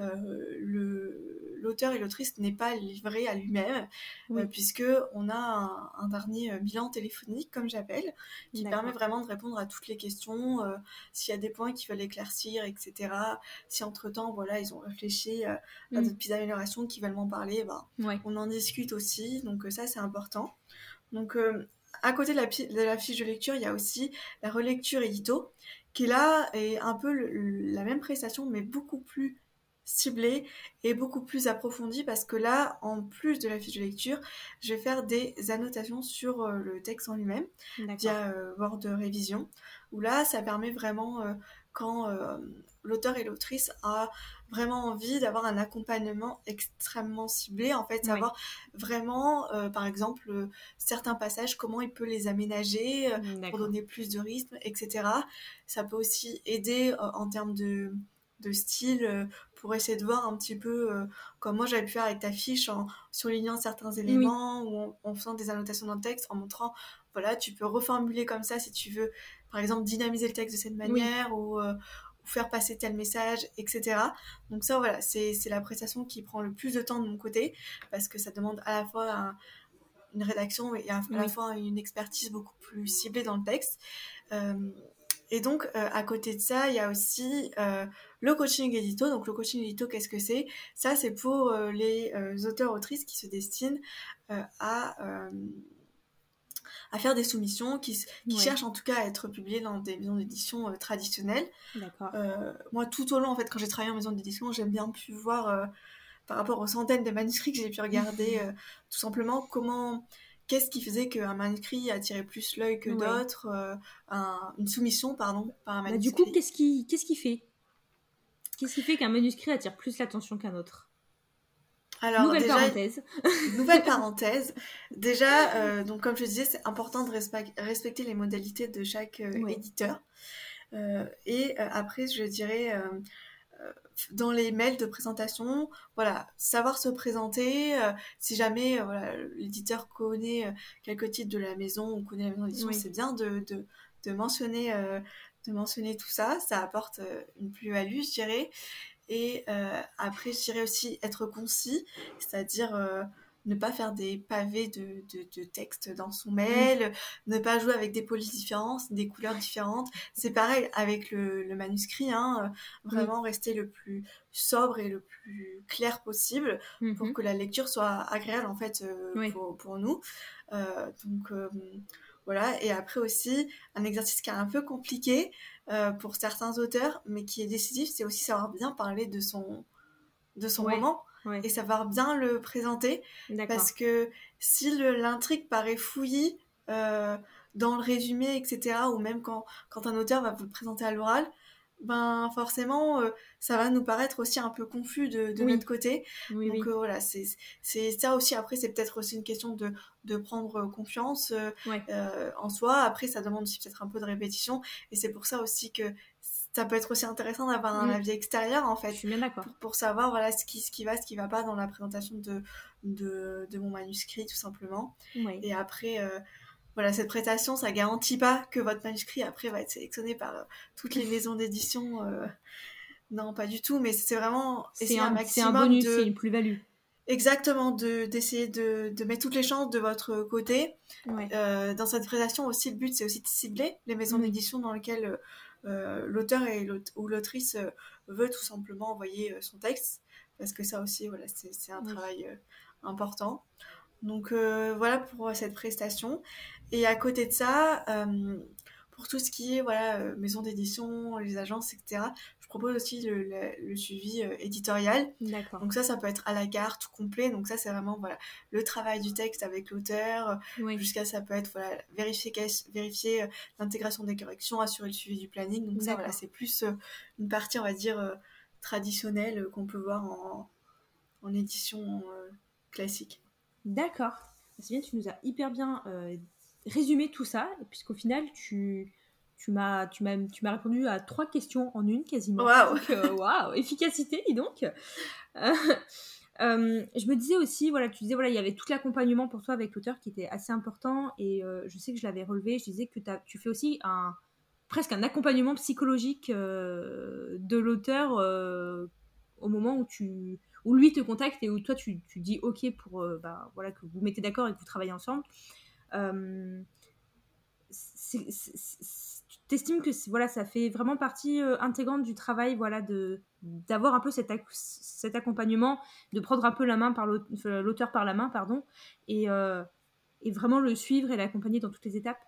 l'auteur et l'autrice n'est pas livré à lui-même puisque on a un dernier bilan téléphonique, comme j'appelle, qui permet vraiment de répondre à toutes les questions, s'il y a des points qu'ils veulent éclaircir, etc. Si entre-temps, voilà, ils ont réfléchi à d'autres petites améliorations qu'ils veulent m'en parler, on en discute aussi. Donc ça, c'est important. Donc à côté de la fiche de lecture, il y a aussi la relecture édito, qui là est un peu la même prestation, mais beaucoup plus ciblée et beaucoup plus approfondie, parce que là, en plus de la fiche de lecture, je vais faire des annotations sur le texte en lui-même via Word Révision, où là, ça permet vraiment, quand l'auteur et l'autrice a vraiment envie d'avoir un accompagnement extrêmement ciblé, en fait, savoir vraiment, par exemple, certains passages, comment il peut les aménager pour donner plus de rythme, etc. Ça peut aussi aider en termes de style pour essayer de voir un petit peu comme moi j'avais pu faire avec ta fiche en surlignant certains éléments ou en faisant des annotations dans le texte, en montrant voilà, tu peux reformuler comme ça si tu veux, par exemple dynamiser le texte de cette manière ou faire passer tel message, etc. Donc ça, voilà, c'est la prestation qui prend le plus de temps de mon côté, parce que ça demande à la fois une rédaction et à la fois une expertise beaucoup plus ciblée dans le texte. Et donc, à côté de ça, il y a aussi le coaching édito. Donc, le coaching édito, qu'est-ce que c'est ? Ça, c'est pour les auteurs-autrices qui se destinent à à faire des soumissions, qui
Ouais.
cherchent en tout cas à être publiées dans des maisons d'édition traditionnelles.
D'accord.
Moi, tout au long, en fait, quand j'ai travaillé en maison d'édition, j'aime bien pu voir, par rapport aux centaines de manuscrits que j'ai pu regarder, tout simplement qu'est-ce qui faisait qu'un manuscrit attirait plus l'œil que
Ouais.
d'autres, une soumission, pardon, par un
Bah, du coup,
manuscrit.
qu'est-ce qui fait? Qu'est-ce qui fait qu'un manuscrit attire plus l'attention qu'un autre?
Alors
Nouvelle
déjà,
parenthèse.
nouvelle parenthèse, déjà, donc comme je disais, c'est important de respecter les modalités de chaque
Ouais.
éditeur. Et après, je dirais, dans les mails de présentation, voilà, savoir se présenter. Si jamais voilà, l'éditeur connaît quelques titres de la maison ou connaît la maison d'édition,
Oui.
c'est bien de mentionner tout ça. Ça apporte une plus-value, je dirais. Et après, je dirais aussi être concis, c'est-à-dire ne pas faire des pavés de texte dans son
Oui.
mail, ne pas jouer avec des polices différentes, des couleurs différentes. C'est pareil avec le manuscrit, hein,
Oui.
vraiment rester le plus sobre et le plus clair possible pour
Mhm.
que la lecture soit agréable en fait
Oui.
pour nous. Donc voilà, et après aussi, un exercice qui est un peu compliqué, pour certains auteurs, mais qui est décisif, c'est aussi savoir bien parler de son
Ouais.
roman
Ouais.
et savoir bien le présenter.
D'accord.
Parce que si l'intrigue paraît fouillie dans le résumé, etc., ou même quand un auteur va vous le présenter à l'oral, ben forcément, ça va nous paraître aussi un peu confus de
Oui.
notre côté.
Oui,
Donc
oui.
voilà, c'est ça aussi. Après, c'est peut-être aussi une question de prendre confiance
Ouais.
en soi. Après, ça demande aussi peut-être un peu de répétition. Et c'est pour ça aussi que ça peut être aussi intéressant d'avoir un
Mm.
avis extérieur, en
Je
fait,
suis bien d'accord.
pour savoir voilà, ce qui va pas dans la présentation de mon manuscrit, tout simplement.
Ouais.
Et après, voilà, cette prestation, ça garantit pas que votre manuscrit, après, va être sélectionné par toutes les maisons d'édition. Non, pas du tout, mais c'est vraiment
C'est
essayer un
c'est un
maximum
bonus, c'est
de...
une plus-value.
Exactement, d'essayer de mettre toutes les chances de votre côté.
Ouais.
Dans cette présentation aussi, le but, c'est aussi de cibler les maisons
Oui.
d'édition dans lesquelles l'auteur ou l'autrice veut tout simplement envoyer son texte, parce que ça aussi, voilà, c'est un
Oui.
travail important. Donc voilà pour cette prestation. Et à côté de ça, pour tout ce qui est voilà, maison d'édition, les agences, etc., je propose aussi le suivi éditorial.
D'accord.
Donc ça peut être à la carte, ou complet. Donc ça, c'est vraiment voilà, le travail du texte avec l'auteur,
Oui.
jusqu'à ça peut être voilà, vérifier l'intégration des corrections, assurer le suivi du planning. Donc ça, voilà,
D'accord.
c'est plus une partie, on va dire, traditionnelle qu'on peut voir en édition classique.
D'accord. C'est bien, tu nous as hyper bien résumé tout ça, puisqu'au final, tu m'as répondu à 3 questions en une quasiment.
Waouh!
Donc, waouh, efficacité, dis donc. Euh, je me disais aussi, voilà, tu disais, voilà, il y avait tout l'accompagnement pour toi avec l'auteur qui était assez important, et je sais que je l'avais relevé, je disais que tu fais aussi presque un accompagnement psychologique de l'auteur au moment où lui te contacte et où toi tu dis ok pour bah, voilà, que vous mettez d'accord et que vous travaillez ensemble. Euh, tu t'estimes que voilà, ça fait vraiment partie intégrante du travail, voilà, d'avoir un peu cet accompagnement, de prendre un peu la main par l'auteur par la main, pardon, et vraiment le suivre et l'accompagner dans toutes les étapes.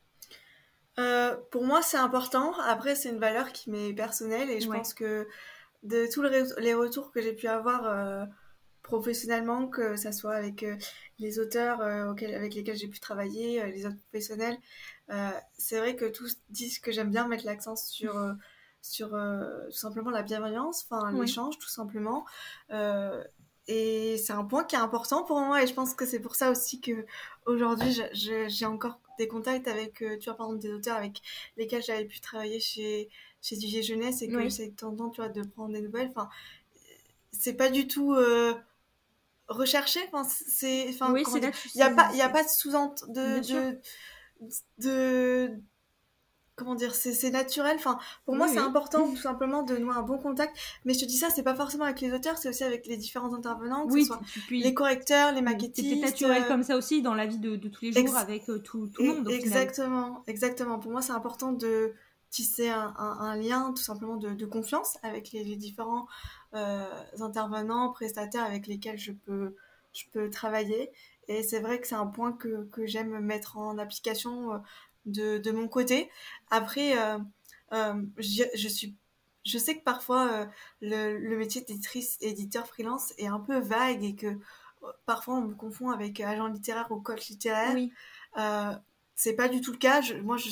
Pour moi, c'est important. Après, c'est une valeur qui m'est personnelle et je
Ouais.
pense que de tous les retours que j'ai pu avoir professionnellement, que ça soit avec les auteurs avec lesquels j'ai pu travailler, les autres professionnels, c'est vrai que tous disent que j'aime bien mettre l'accent sur tout simplement la bienveillance, enfin
Ouais.
l'échange tout simplement. Euh, et c'est un point qui est important pour moi et je pense que c'est pour ça aussi que aujourd'hui j'ai encore des contacts avec, tu vois, par exemple des auteurs avec lesquels j'avais pu travailler chez Duvier Jeunesse et que
Ouais.
j'essaie de temps en temps, tu vois, de prendre des nouvelles. Enfin, c'est pas du tout recherché. Enfin, enfin,
Oui,
comment
c'est
dire,
là, tu
il y a
sais.
pas de sous-ent
Bien sûr.
de comment dire, c'est naturel. Enfin, pour moi,
Oui,
c'est
oui.
important tout simplement de nouer un bon contact. Mais je te dis ça, c'est pas forcément avec les auteurs, c'est aussi avec les différents intervenants, que ce
Oui,
soit les
puis
correcteurs, les
t'es peut-être
maquettistes.
naturel comme ça aussi dans la vie de tous les jours
Ex-
avec tout le monde au final.
Exactement, exactement. Pour moi, c'est important de tisser un lien tout simplement de confiance avec les différents intervenants, prestataires avec lesquels je peux travailler. Et c'est vrai que c'est un point que j'aime mettre en application de mon côté. Après, je sais que parfois le métier d'éditrice, éditeur freelance est un peu vague et que parfois on me confond avec agent littéraire ou coach littéraire.
Oui.
C'est pas du tout le cas.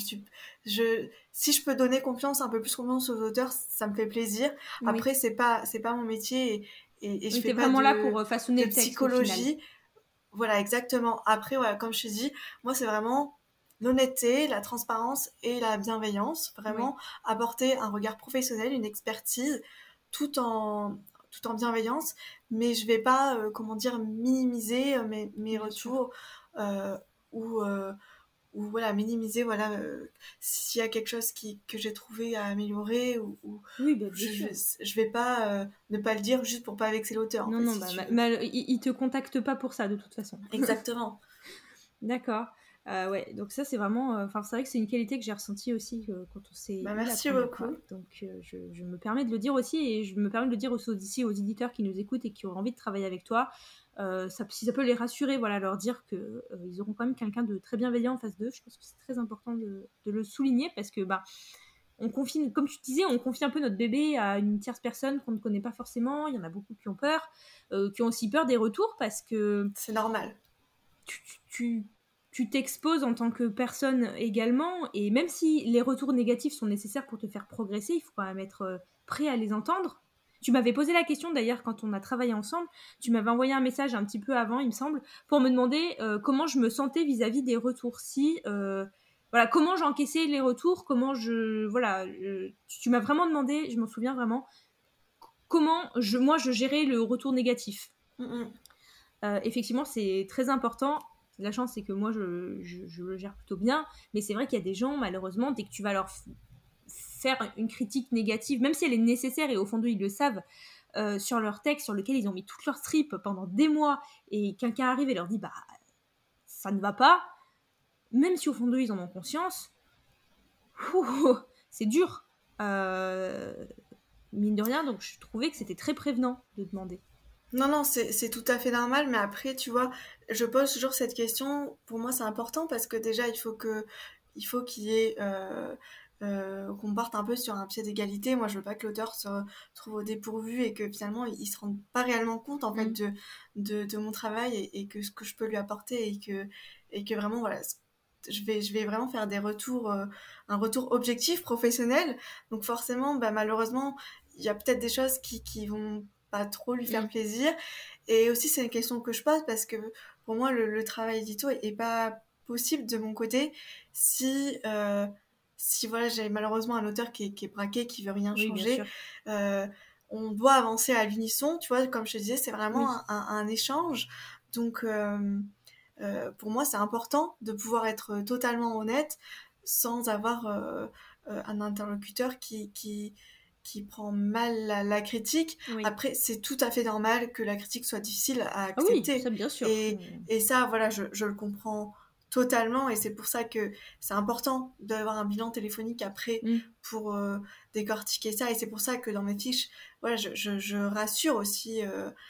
Si je peux donner confiance, un peu plus confiance aux auteurs, ça me fait plaisir.
Oui.
Après, c'est pas mon métier et je
Oui,
fais
t'es
pas
vraiment là pour façonner
de
le texte au final.
psychologie. Voilà, exactement. Après, voilà, comme je te dis, moi, c'est vraiment l'honnêteté, la transparence et la bienveillance. Vraiment apporter un regard professionnel, une expertise, tout en bienveillance. Mais je vais pas, minimiser mes
Bien
retours ou voilà, minimiser voilà, s'il y a quelque chose que j'ai trouvé à améliorer ou
Oui, bah, bien sûr.
je vais pas ne pas le dire juste pour pas vexer l'auteur. En
Non,
fait,
non,
si
bah,
tu veux.
il te contacte pas pour ça de toute façon.
Exactement.
D'accord. Ouais, donc ça c'est vraiment. Enfin, c'est vrai que c'est une qualité que j'ai ressentie aussi quand on s'est eu la
Merci
première fois.
beaucoup.
Donc je me permets de le dire aussi et je me permets de le dire aussi aux éditeurs qui nous écoutent et qui auraient envie de travailler avec toi. Si ça peut les rassurer, voilà, leur dire que ils auront quand même quelqu'un de très bienveillant en face d'eux. Je pense que c'est très important de le souligner parce que bah on confie, comme tu disais, on confie un peu notre bébé à une tierce personne qu'on ne connaît pas forcément. Il y en a beaucoup qui ont peur, qui ont aussi peur des retours parce que
C'est normal.
tu t'exposes en tant que personne également, et même si les retours négatifs sont nécessaires pour te faire progresser, il faut quand même être prêt à les entendre. Tu m'avais posé la question d'ailleurs quand on a travaillé ensemble, tu m'avais envoyé un message un petit peu avant, il me semble, pour me demander comment je me sentais vis-à-vis des retours. Voilà, comment j'encaissais les retours, tu m'as vraiment demandé, je m'en souviens vraiment, comment moi je gérais le retour négatif.
Mm-mm.
Effectivement, c'est très important. La chance, c'est que moi, je le gère plutôt bien. Mais c'est vrai qu'il y a des gens, malheureusement, dès que tu vas leur faire une critique négative, même si elle est nécessaire et au fond d'eux, ils le savent, sur leur texte, sur lequel ils ont mis toute leur trip pendant des mois, et quelqu'un arrive et leur dit, bah, ça ne va pas, même si au fond d'eux, ils en ont conscience, c'est dur. Mine de rien, donc je trouvais que c'était très prévenant de demander.
Non, c'est tout à fait normal, mais après, tu vois, je pose toujours cette question. Pour moi, c'est important parce que déjà, il faut qu'il y ait, qu'on parte un peu sur un pied d'égalité. Moi, je veux pas que l'auteur se trouve au dépourvu et que finalement, il se rende pas réellement compte, en fait, de mon travail et que ce que je peux lui apporter et que vraiment, voilà, je vais vraiment faire des retours, un retour objectif, professionnel. Donc forcément, bah, malheureusement, il y a peut-être des choses qui vont pas trop lui faire plaisir. Et aussi, c'est une question que je pose parce que pour moi, le travail édito est pas possible de mon côté si voilà, j'ai malheureusement un auteur qui est braqué, qui veut rien
Oui, bien
changer.
sûr.
On doit avancer à l'unisson, tu vois, comme je te disais, c'est vraiment
Oui.
un échange. Donc, pour moi, c'est important de pouvoir être totalement honnête sans avoir un interlocuteur qui prend mal la critique.
Oui.
Après, c'est tout à fait normal que la critique soit difficile à
Ah oui,
accepter.
ça bien sûr.
Et ça, voilà, je le comprends totalement. Et c'est pour ça que c'est important d'avoir un bilan téléphonique après pour décortiquer ça. Et c'est pour ça que dans mes fiches, voilà, je rassure aussi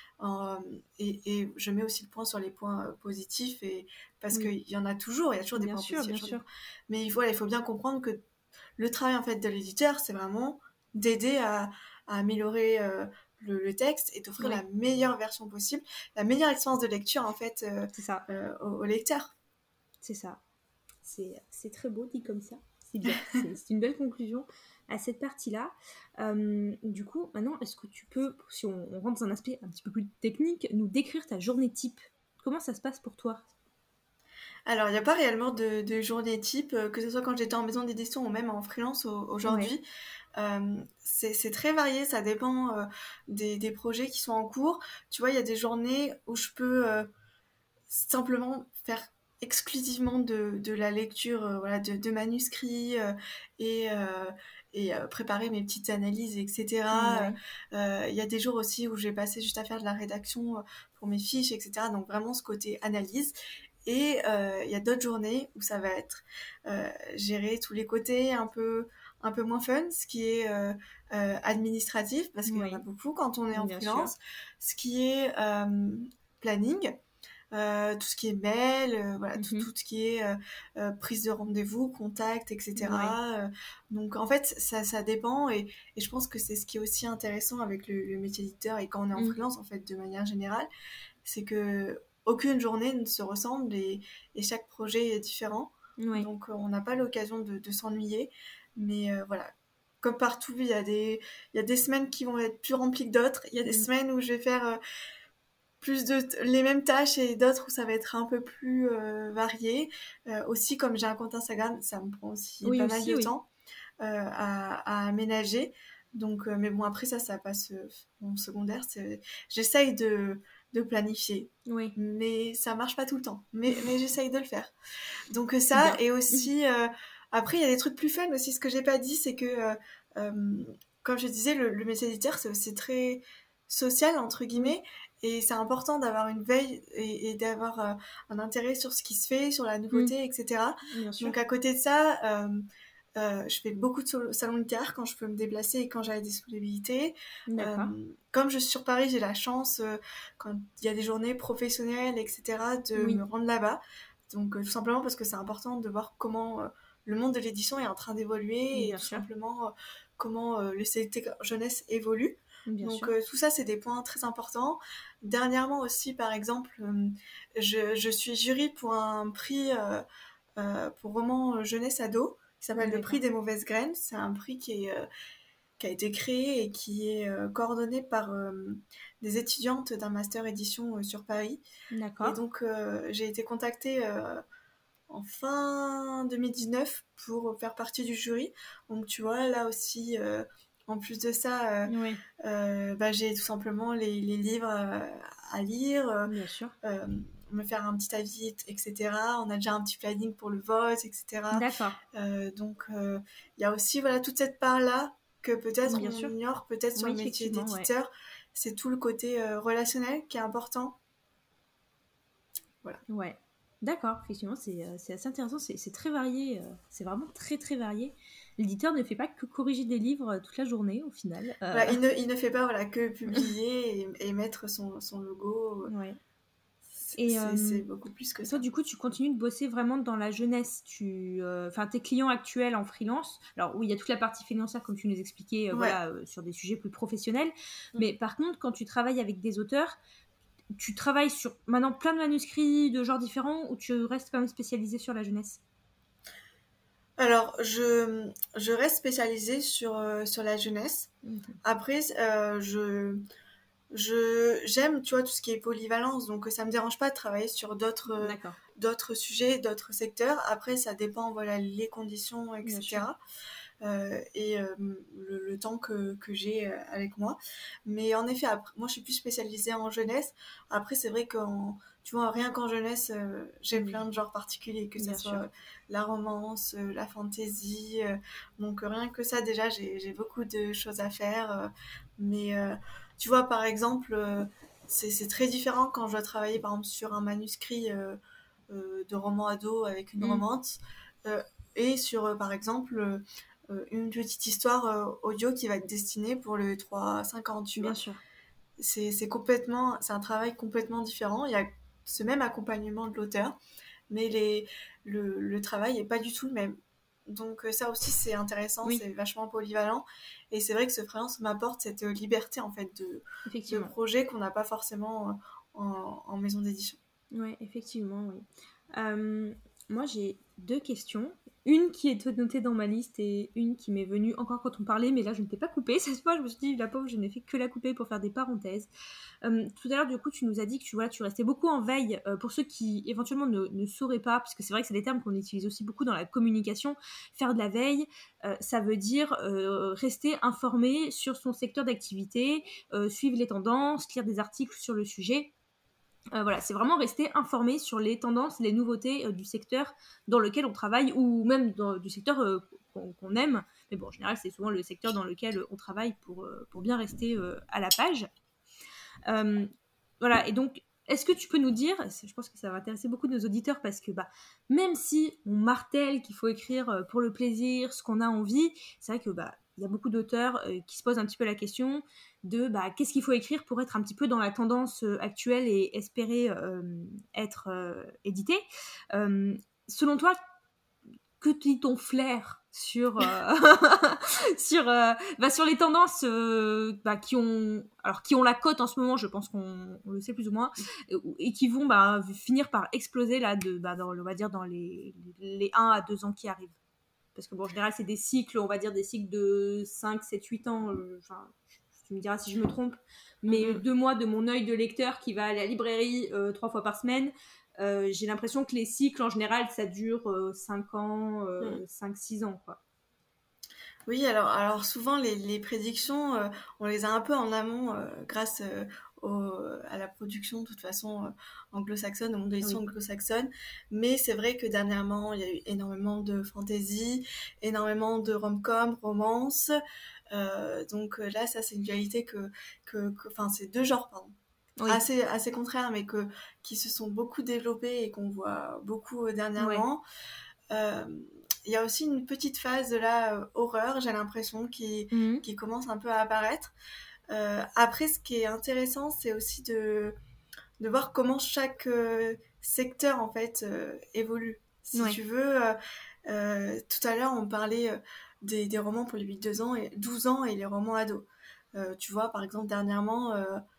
et je mets aussi le point sur les points positifs parce qu'il y en a toujours, il y a toujours des
Bien
points
sûr,
positifs.
bien sûr.
Mais il faut bien comprendre que le travail en fait de l'éditeur, c'est vraiment d'aider à améliorer le texte et d'offrir la meilleure version possible, la meilleure expérience de lecture en fait
C'est ça.
au lecteur.
C'est ça. C'est très beau dit comme ça. C'est bien. C'est une belle conclusion à cette partie-là. Du coup, maintenant, est-ce que tu peux, si on rentre dans un aspect un petit peu plus technique, nous décrire ta journée type? Comment ça se passe pour toi?
Alors, il n'y a pas réellement de journée type, que ce soit quand j'étais en maison d'édition ou même en freelance aujourd'hui. C'est très varié, ça dépend des projets qui sont en cours. Tu vois, il y a des journées où je peux simplement faire exclusivement de la lecture voilà, de manuscrits et préparer mes petites analyses, etc. Il y a des jours aussi où j'ai passé juste à faire de la rédaction pour mes fiches, etc. Donc vraiment ce côté analyse. Et il y a d'autres journées où ça va être gérer tous les côtés un peu moins fun, ce qui est administratif, parce qu'il y en a beaucoup quand on est en freelance, ce qui est planning, tout ce qui est mail, voilà,
Mhm.
tout ce qui est prise de rendez-vous, contact,
Ouais.
etc. Donc en fait, ça dépend et je pense que c'est ce qui est aussi intéressant avec le métier d'éditeur et quand on est en
Mm.
freelance, en fait, de manière générale, c'est que aucune journée ne se ressemble et chaque projet est différent.
Ouais.
Donc on n'a pas l'occasion de s'ennuyer. Mais voilà, comme partout, il y a des semaines qui vont être plus remplies que d'autres. Il y a des
Mm.
semaines où je vais faire plus les mêmes tâches et d'autres où ça va être un peu plus varié. Aussi, comme j'ai un compte Instagram, ça me prend aussi
Oui,
pas mal
aussi,
de
oui.
temps à aménager. Donc, mais bon, après ça passe en secondaire. J'essaye de planifier,
Oui.
mais ça marche pas tout le temps. Mais j'essaye de le faire. Donc
C'est
ça,
bien.
et aussi, après, il y a des trucs plus fun aussi. Ce que j'ai pas dit, c'est que, euh, comme je disais, le métier d'éditeur, c'est aussi très social, entre
Oui.
guillemets, et c'est important d'avoir une veille et d'avoir un intérêt sur ce qui se fait, sur la
Mm.
nouveauté, etc.
Bien sûr.
Donc à côté de ça, je fais beaucoup de salons littéraires quand je peux me déplacer et quand j'ai la disponibilité. Euh,
D'accord.
Comme je suis sur Paris, j'ai la chance, quand il y a des journées professionnelles, etc., de me
Oui.
rendre là-bas. Donc tout simplement parce que c'est important de voir comment le monde de l'édition est en train d'évoluer et
Bien
tout
sûr.
simplement comment le CDT jeunesse évolue.
Bien
Donc
sûr.
tout ça, c'est des points très importants. Dernièrement aussi, par exemple, je suis jury pour un prix pour roman jeunesse ado qui s'appelle le prix
D'accord.
des mauvaises graines. C'est un prix qui a été créé et qui est coordonné par des étudiantes d'un master édition sur Paris. Et
D'accord.
donc j'ai été contactée en fin 2019 pour faire partie du jury. Donc tu vois, là aussi, en plus de ça,
Oui.
bah, j'ai tout simplement les livres à lire,
Bien sûr.
euh, me faire un petit avis, etc. On a déjà un petit planning pour le vote, etc.
D'accord.
Donc il y a aussi voilà, toute cette part-là que peut-être
Bien
on
sûr.
ignore, peut-être sur
Oui,
le métier
effectivement, ouais.
d'éditeur. C'est tout le côté relationnel qui est important. Voilà.
Ouais. D'accord, effectivement, c'est assez intéressant, c'est très varié, c'est vraiment très très varié. L'éditeur ne fait pas que corriger des livres toute la journée au final.
Voilà, il ne fait pas voilà, que publier et mettre son logo.
Ouais. Et
C'est beaucoup plus que
toi,
ça.
du coup, tu continues de bosser vraiment dans la jeunesse. Enfin, tes clients actuels en freelance. Alors oui, il y a toute la partie financière, comme tu nous expliquais,
Ouais.
voilà, sur des sujets plus professionnels.
Mm.
Mais par contre, quand tu travailles avec des auteurs, tu travailles sur maintenant plein de manuscrits de genres différents ou tu restes quand même spécialisé sur la jeunesse?
Alors, je reste spécialisée sur la jeunesse.
Mhm.
Après, j'aime, tu vois, tout ce qui est polyvalence, donc ça me dérange pas de travailler sur
D'accord,
d'autres sujets, d'autres secteurs. Après, ça dépend, voilà, les conditions,
bien sûr.
etc. Et le temps que j'ai avec moi. Mais en effet, après, moi, je suis plus spécialisée en jeunesse. Après, c'est vrai tu vois, rien qu'en jeunesse, j'ai
Oui,
plein de genres particuliers, que ce
bien sûr.
soit la romance, la fantasy. Donc, rien que ça, déjà, j'ai beaucoup de choses à faire. Mais tu vois, par exemple, c'est très différent quand je dois travailler, par exemple, sur un manuscrit de roman ado avec une
Mm,
romance. Et sur, par exemple, une petite histoire audio qui va être destinée pour le 3-5 ans, tu
bien
vois.
sûr.
C'est un travail complètement différent. Il y a ce même accompagnement de l'auteur, mais le travail est pas du tout le même. Donc ça aussi c'est intéressant,
Oui,
c'est vachement polyvalent et c'est vrai que ce freelance m'apporte cette liberté en fait de
effectivement.
projet qu'on n'a pas forcément en maison d'édition.
Ouais, effectivement, oui. Euh, moi, j'ai deux questions. Une qui est notée dans ma liste et une qui m'est venue encore quand on parlait, mais là, je ne t'ai pas coupée. Cette fois, je me suis dit, la pauvre, je n'ai fait que la couper pour faire des parenthèses. Tout à l'heure, du coup, tu nous as dit que voilà, tu restais beaucoup en veille pour ceux qui éventuellement ne sauraient pas, parce que c'est vrai que c'est des termes qu'on utilise aussi beaucoup dans la communication. Faire de la veille, ça veut dire rester informé sur son secteur d'activité, suivre les tendances, lire des articles sur le sujet. Voilà, c'est vraiment rester informé sur les tendances, les nouveautés du secteur dans lequel on travaille ou même du secteur qu'on aime. Mais bon, en général, c'est souvent le secteur dans lequel on travaille pour bien rester à la page. Euh, voilà, et donc, est-ce que tu peux nous dire, je pense que ça va intéresser beaucoup de nos auditeurs parce que bah, même si on martèle qu'il faut écrire pour le plaisir, ce qu'on a envie, c'est vrai que bah, il y a beaucoup d'auteurs qui se posent un petit peu la question de qu'est-ce qu'il faut écrire pour être un petit peu dans la tendance actuelle et espérer être édité. Selon toi, que dit ton flair sur sur les tendances qui ont la cote en ce moment, je pense qu'on le sait plus ou moins, et qui vont finir par exploser là on va dire dans les 1 à 2 ans qui arrivent, parce que en général c'est des cycles, on va dire des cycles de 5, 7, 8 ans, tu me diras si je me trompe, mais 2 mois de mon œil de lecteur qui va à la librairie 3 fois par semaine, j'ai l'impression que les cycles en général ça dure 5 ans, 5-6 ans quoi.
Oui, alors souvent les prédictions, on les a un peu en amont grâce à la production de toute façon anglo-saxonne, au monde de l'édition anglo-saxonne. Mais c'est vrai que dernièrement, il y a eu énormément de fantasy, énormément de rom-com, romance. Donc là, ça c'est une dualité enfin c'est deux genres, pardon. Oui. Assez contraires, mais qui se sont beaucoup développés et qu'on voit beaucoup dernièrement. Il y a aussi une petite phase de la horreur, j'ai l'impression, qui commence un peu à apparaître. Après, ce qui est intéressant, c'est aussi de voir comment chaque secteur, en fait, évolue. Si tu veux, tout à l'heure, on parlait des romans pour les 8-12 ans et 12 ans et les romans ados. Tu vois, par exemple, dernièrement,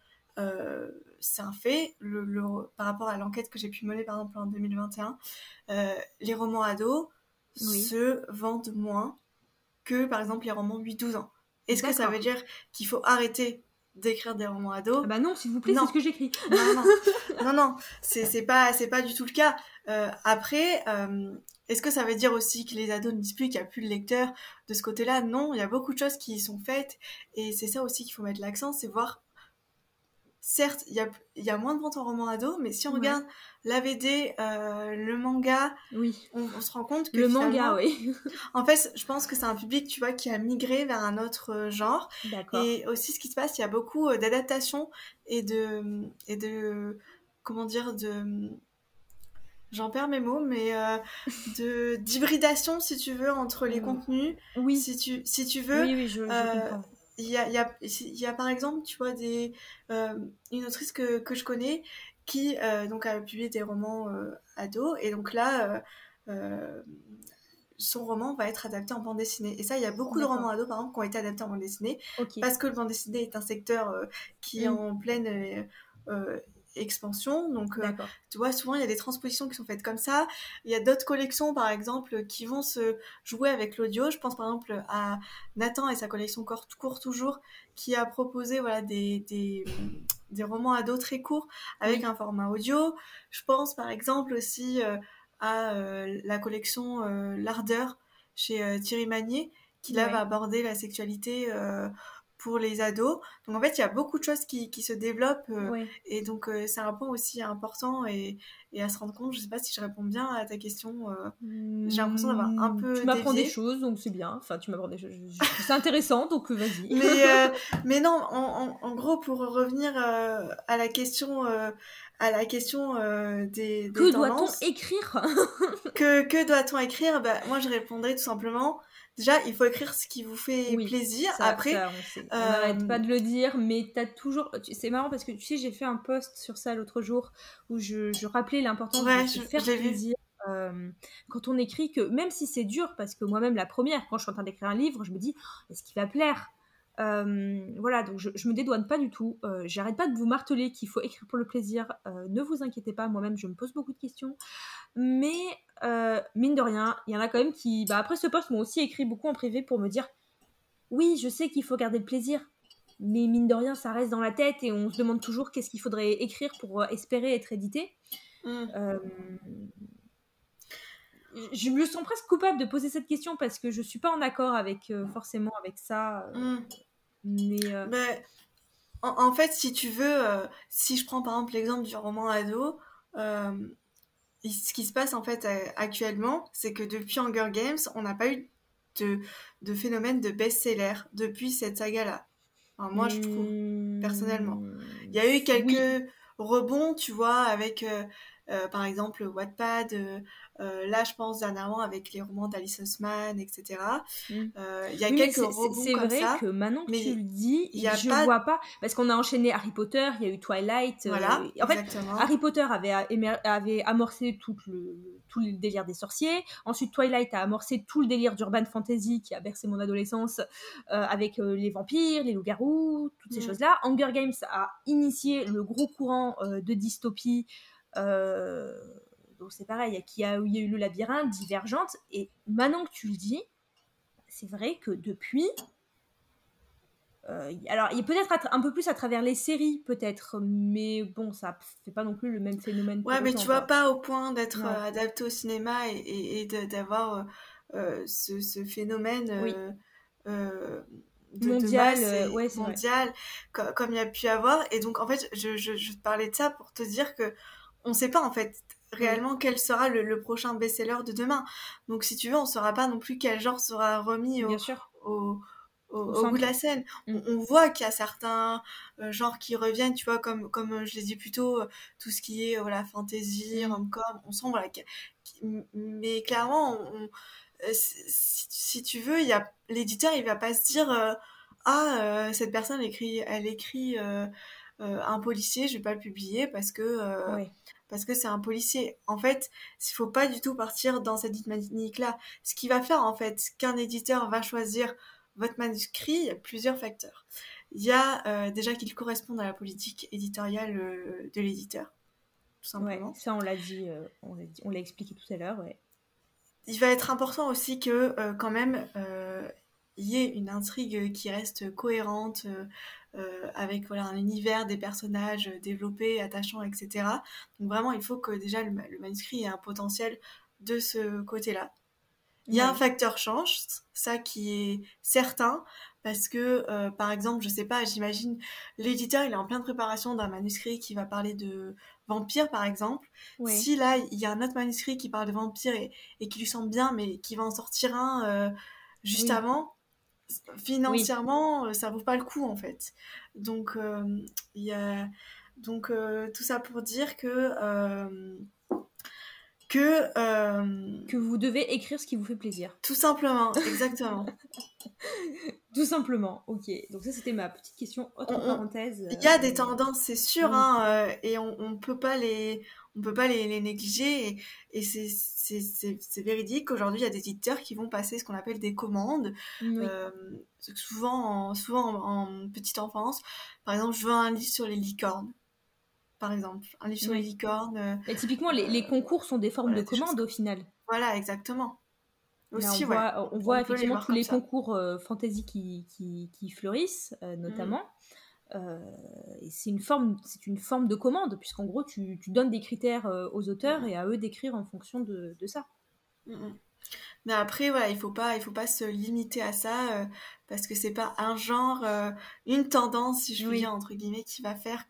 c'est un fait, par rapport à l'enquête que j'ai pu mener, par exemple, en 2021, les romans ados se vendent moins que, par exemple, les romans 8-12 ans. Est-ce que ça veut dire qu'il faut arrêter d'écrire des romans ados?
Non, s'il vous plaît, c'est ce que j'écris.
Non, c'est pas du tout le cas. Après, est-ce que ça veut dire aussi que les ados ne disent plus qu'il n'y a plus de lecteurs de ce côté-là? Non, il y a beaucoup de choses qui y sont faites, et c'est ça aussi qu'il faut mettre l'accent, c'est voir. Certes, il y a moins de ventes en roman ado, mais si on regarde la VD, le manga, on se rend compte que
le manga, oui.
En fait, je pense que c'est un public, tu vois, qui a migré vers un autre genre. D'accord. Et aussi, ce qui se passe, il y a beaucoup d'adaptations et de comment dire, j'en perds mes mots, mais d'hybridation, si tu veux, entre les contenus.
Oui.
Si tu veux.
Oui, je comprends.
Il y a par exemple, tu vois, une autrice que je connais qui donc a publié des romans ados, et donc là son roman va être adapté en bande dessinée. Et ça, il y a beaucoup de romans ados, par exemple, qui ont été adaptés en bande dessinée, parce que le bande dessinée est un secteur qui est en pleine expansion. Donc, tu vois, souvent, il y a des transpositions qui sont faites comme ça. Il y a d'autres collections, par exemple, qui vont se jouer avec l'audio. Je pense, par exemple, à Nathan et sa collection Court Toujours, qui a proposé des romans ados très courts avec un format audio. Je pense, par exemple, aussi à la collection L'Ardeur chez Thierry Magnier, qui là va aborder la sexualité pour les ados. Donc en fait, il y a beaucoup de choses qui se développent et donc c'est un point aussi important et à se rendre compte. Je sais pas si je réponds bien à ta question. J'ai l'impression d'avoir un peu
tu m'apprends
dévié.
des choses, donc c'est bien. Enfin, tu m'apprends des choses. C'est intéressant, donc vas-y.
Mais non, en gros, pour revenir à la question des
que
tendances.
Doit-on écrire
Que doit-on écrire? Moi, je répondrais tout simplement. Déjà, il faut écrire ce qui vous fait plaisir. Après,
on n'arrête pas de le dire, mais t'as toujours. C'est marrant parce que tu sais, j'ai fait un post sur ça l'autre jour où je rappelais l'importance de se faire plaisir. Quand on écrit, que même si c'est dur, parce que moi-même la première, quand je suis en train d'écrire un livre, je me dis est-ce qu'il va plaire? Voilà, donc je me dédouane pas du tout. J'arrête pas de vous marteler qu'il faut écrire pour le plaisir. Ne vous inquiétez pas, moi-même je me pose beaucoup de questions. Mais mine de rien, il y en a quand même qui, après ce post, m'ont aussi écrit beaucoup en privé pour me dire oui, je sais qu'il faut garder le plaisir, mais mine de rien, ça reste dans la tête et on se demande toujours qu'est-ce qu'il faudrait écrire pour espérer être édité. Je me sens presque coupable de poser cette question parce que je suis pas en accord avec forcément avec ça. Mais
en fait, si tu veux, si je prends par exemple l'exemple du roman ado, ce qui se passe en fait actuellement, c'est que depuis Hunger Games, on n'a pas eu de phénomène de best-seller depuis cette saga-là. Enfin, moi, je trouve, personnellement. Il y a eu quelques rebonds, tu vois, avec, par exemple, Wattpad, Là, je pense dernièrement avec les romans d'Alice Oseman, etc.
Mm.
Il y a
Oui,
quelques
mais
rebonds
c'est
comme
vrai
ça,
que maintenant que tu
mais
le dis,
il n'y a
je
pas...
vois pas. Parce qu'on a enchaîné Harry Potter, il y a eu Twilight.
Voilà,
En fait,
exactement.
Harry Potter avait amorcé tout le délire des sorciers. Ensuite, Twilight a amorcé tout le délire d'urban fantasy qui a bercé mon adolescence avec les vampires, les loups-garous, toutes ces
Mm.
choses-là. Hunger Games a initié le gros courant de dystopie. Donc c'est pareil, où il y a eu le labyrinthe, Divergente. Et maintenant que tu le dis, c'est vrai que depuis, alors il y a peut-être un peu plus à travers les séries peut-être, mais bon, ça fait pas non plus le même phénomène
Ouais,
pour
mais tu
autant,
vois,
quoi.
pas au point d'être
Non.
adapté au cinéma d'avoir ce phénomène
Oui.
euh, de
Mondial,
masse et
ouais, c'est vrai.
mondial comme il y a pu avoir. Et donc, en fait, je te parlais de ça pour te dire que on sait pas, en fait,
Oui,
réellement quel sera le prochain best-seller de demain. Donc, si tu veux, on saura pas non plus quel genre sera remis
bien sûr.
au,
Au
au bout de
centre.
la scène.
Mm.
On voit qu'il y a certains genres qui reviennent, tu vois, comme je l'ai dit plus tôt, tout ce qui est voilà, fantasy,
Mm.
rom-com, on sent, voilà, mais clairement, si tu veux, l'éditeur, il va pas se dire, cette personne elle écrit un policier, je vais pas le publier
Ouais.
parce que c'est un policier. En fait, il faut pas du tout partir dans cette dynamique-là. Ce qui va faire, en fait, qu'un éditeur va choisir votre manuscrit, il y a plusieurs facteurs. Il y a déjà qu'il corresponde à la politique éditoriale de l'éditeur, tout
Ouais,
simplement.
ça on l'a expliqué tout à l'heure, ouais.
Il va être important aussi que quand même il y ait une intrigue qui reste cohérente avec voilà un univers, des personnages développés, attachants, etc. Donc vraiment, il faut que déjà le manuscrit ait un potentiel de ce côté-là. Il y a un
Oui.
facteur change, ça qui est certain, parce que, par exemple, je sais pas, j'imagine, l'éditeur, il est en pleine préparation d'un manuscrit qui va parler de vampires, par exemple.
Ouais.
Si là, il y a un autre manuscrit qui parle de vampires et qui lui semble bien, mais qui va en sortir un juste
Oui.
avant,
Oui.
financièrement, ça vaut pas le coup, en fait. Donc, il y a... Donc, tout ça pour dire que
Que vous devez écrire ce qui vous fait plaisir.
tout simplement, exactement.
Tout simplement. Ok. Donc ça, c'était ma petite question entre parenthèses.
Il y a des
Mais
tendances, c'est sûr,
oui.
hein, et on peut pas les négliger. Et c'est véridique. Aujourd'hui, il y a des éditeurs qui vont passer ce qu'on appelle des commandes,
Oui.
euh, souvent en petite enfance. Par exemple, je veux un livre sur les licornes. Par exemple, un livre sur les
Oui.
licornes.
Mais typiquement, les
Euh,
concours sont des formes de
voilà, des choses
commande au
comme ça.
final.
Voilà, exactement.
Là,
Aussi, ouais,
on
on
voit
peut les
effectivement
voir
tous
comme
les
ça.
concours fantasy qui fleurissent,
Mm.
notamment. Euh, et c'est une forme de commande, puisqu'en gros, tu donnes des critères aux auteurs
Mm,
et à eux d'écrire en fonction de ça.
mm, mm. Mais après, voilà, il faut pas se limiter à ça, parce que c'est pas un genre, une tendance, si je puis dire,
Oui.
entre guillemets, qui va faire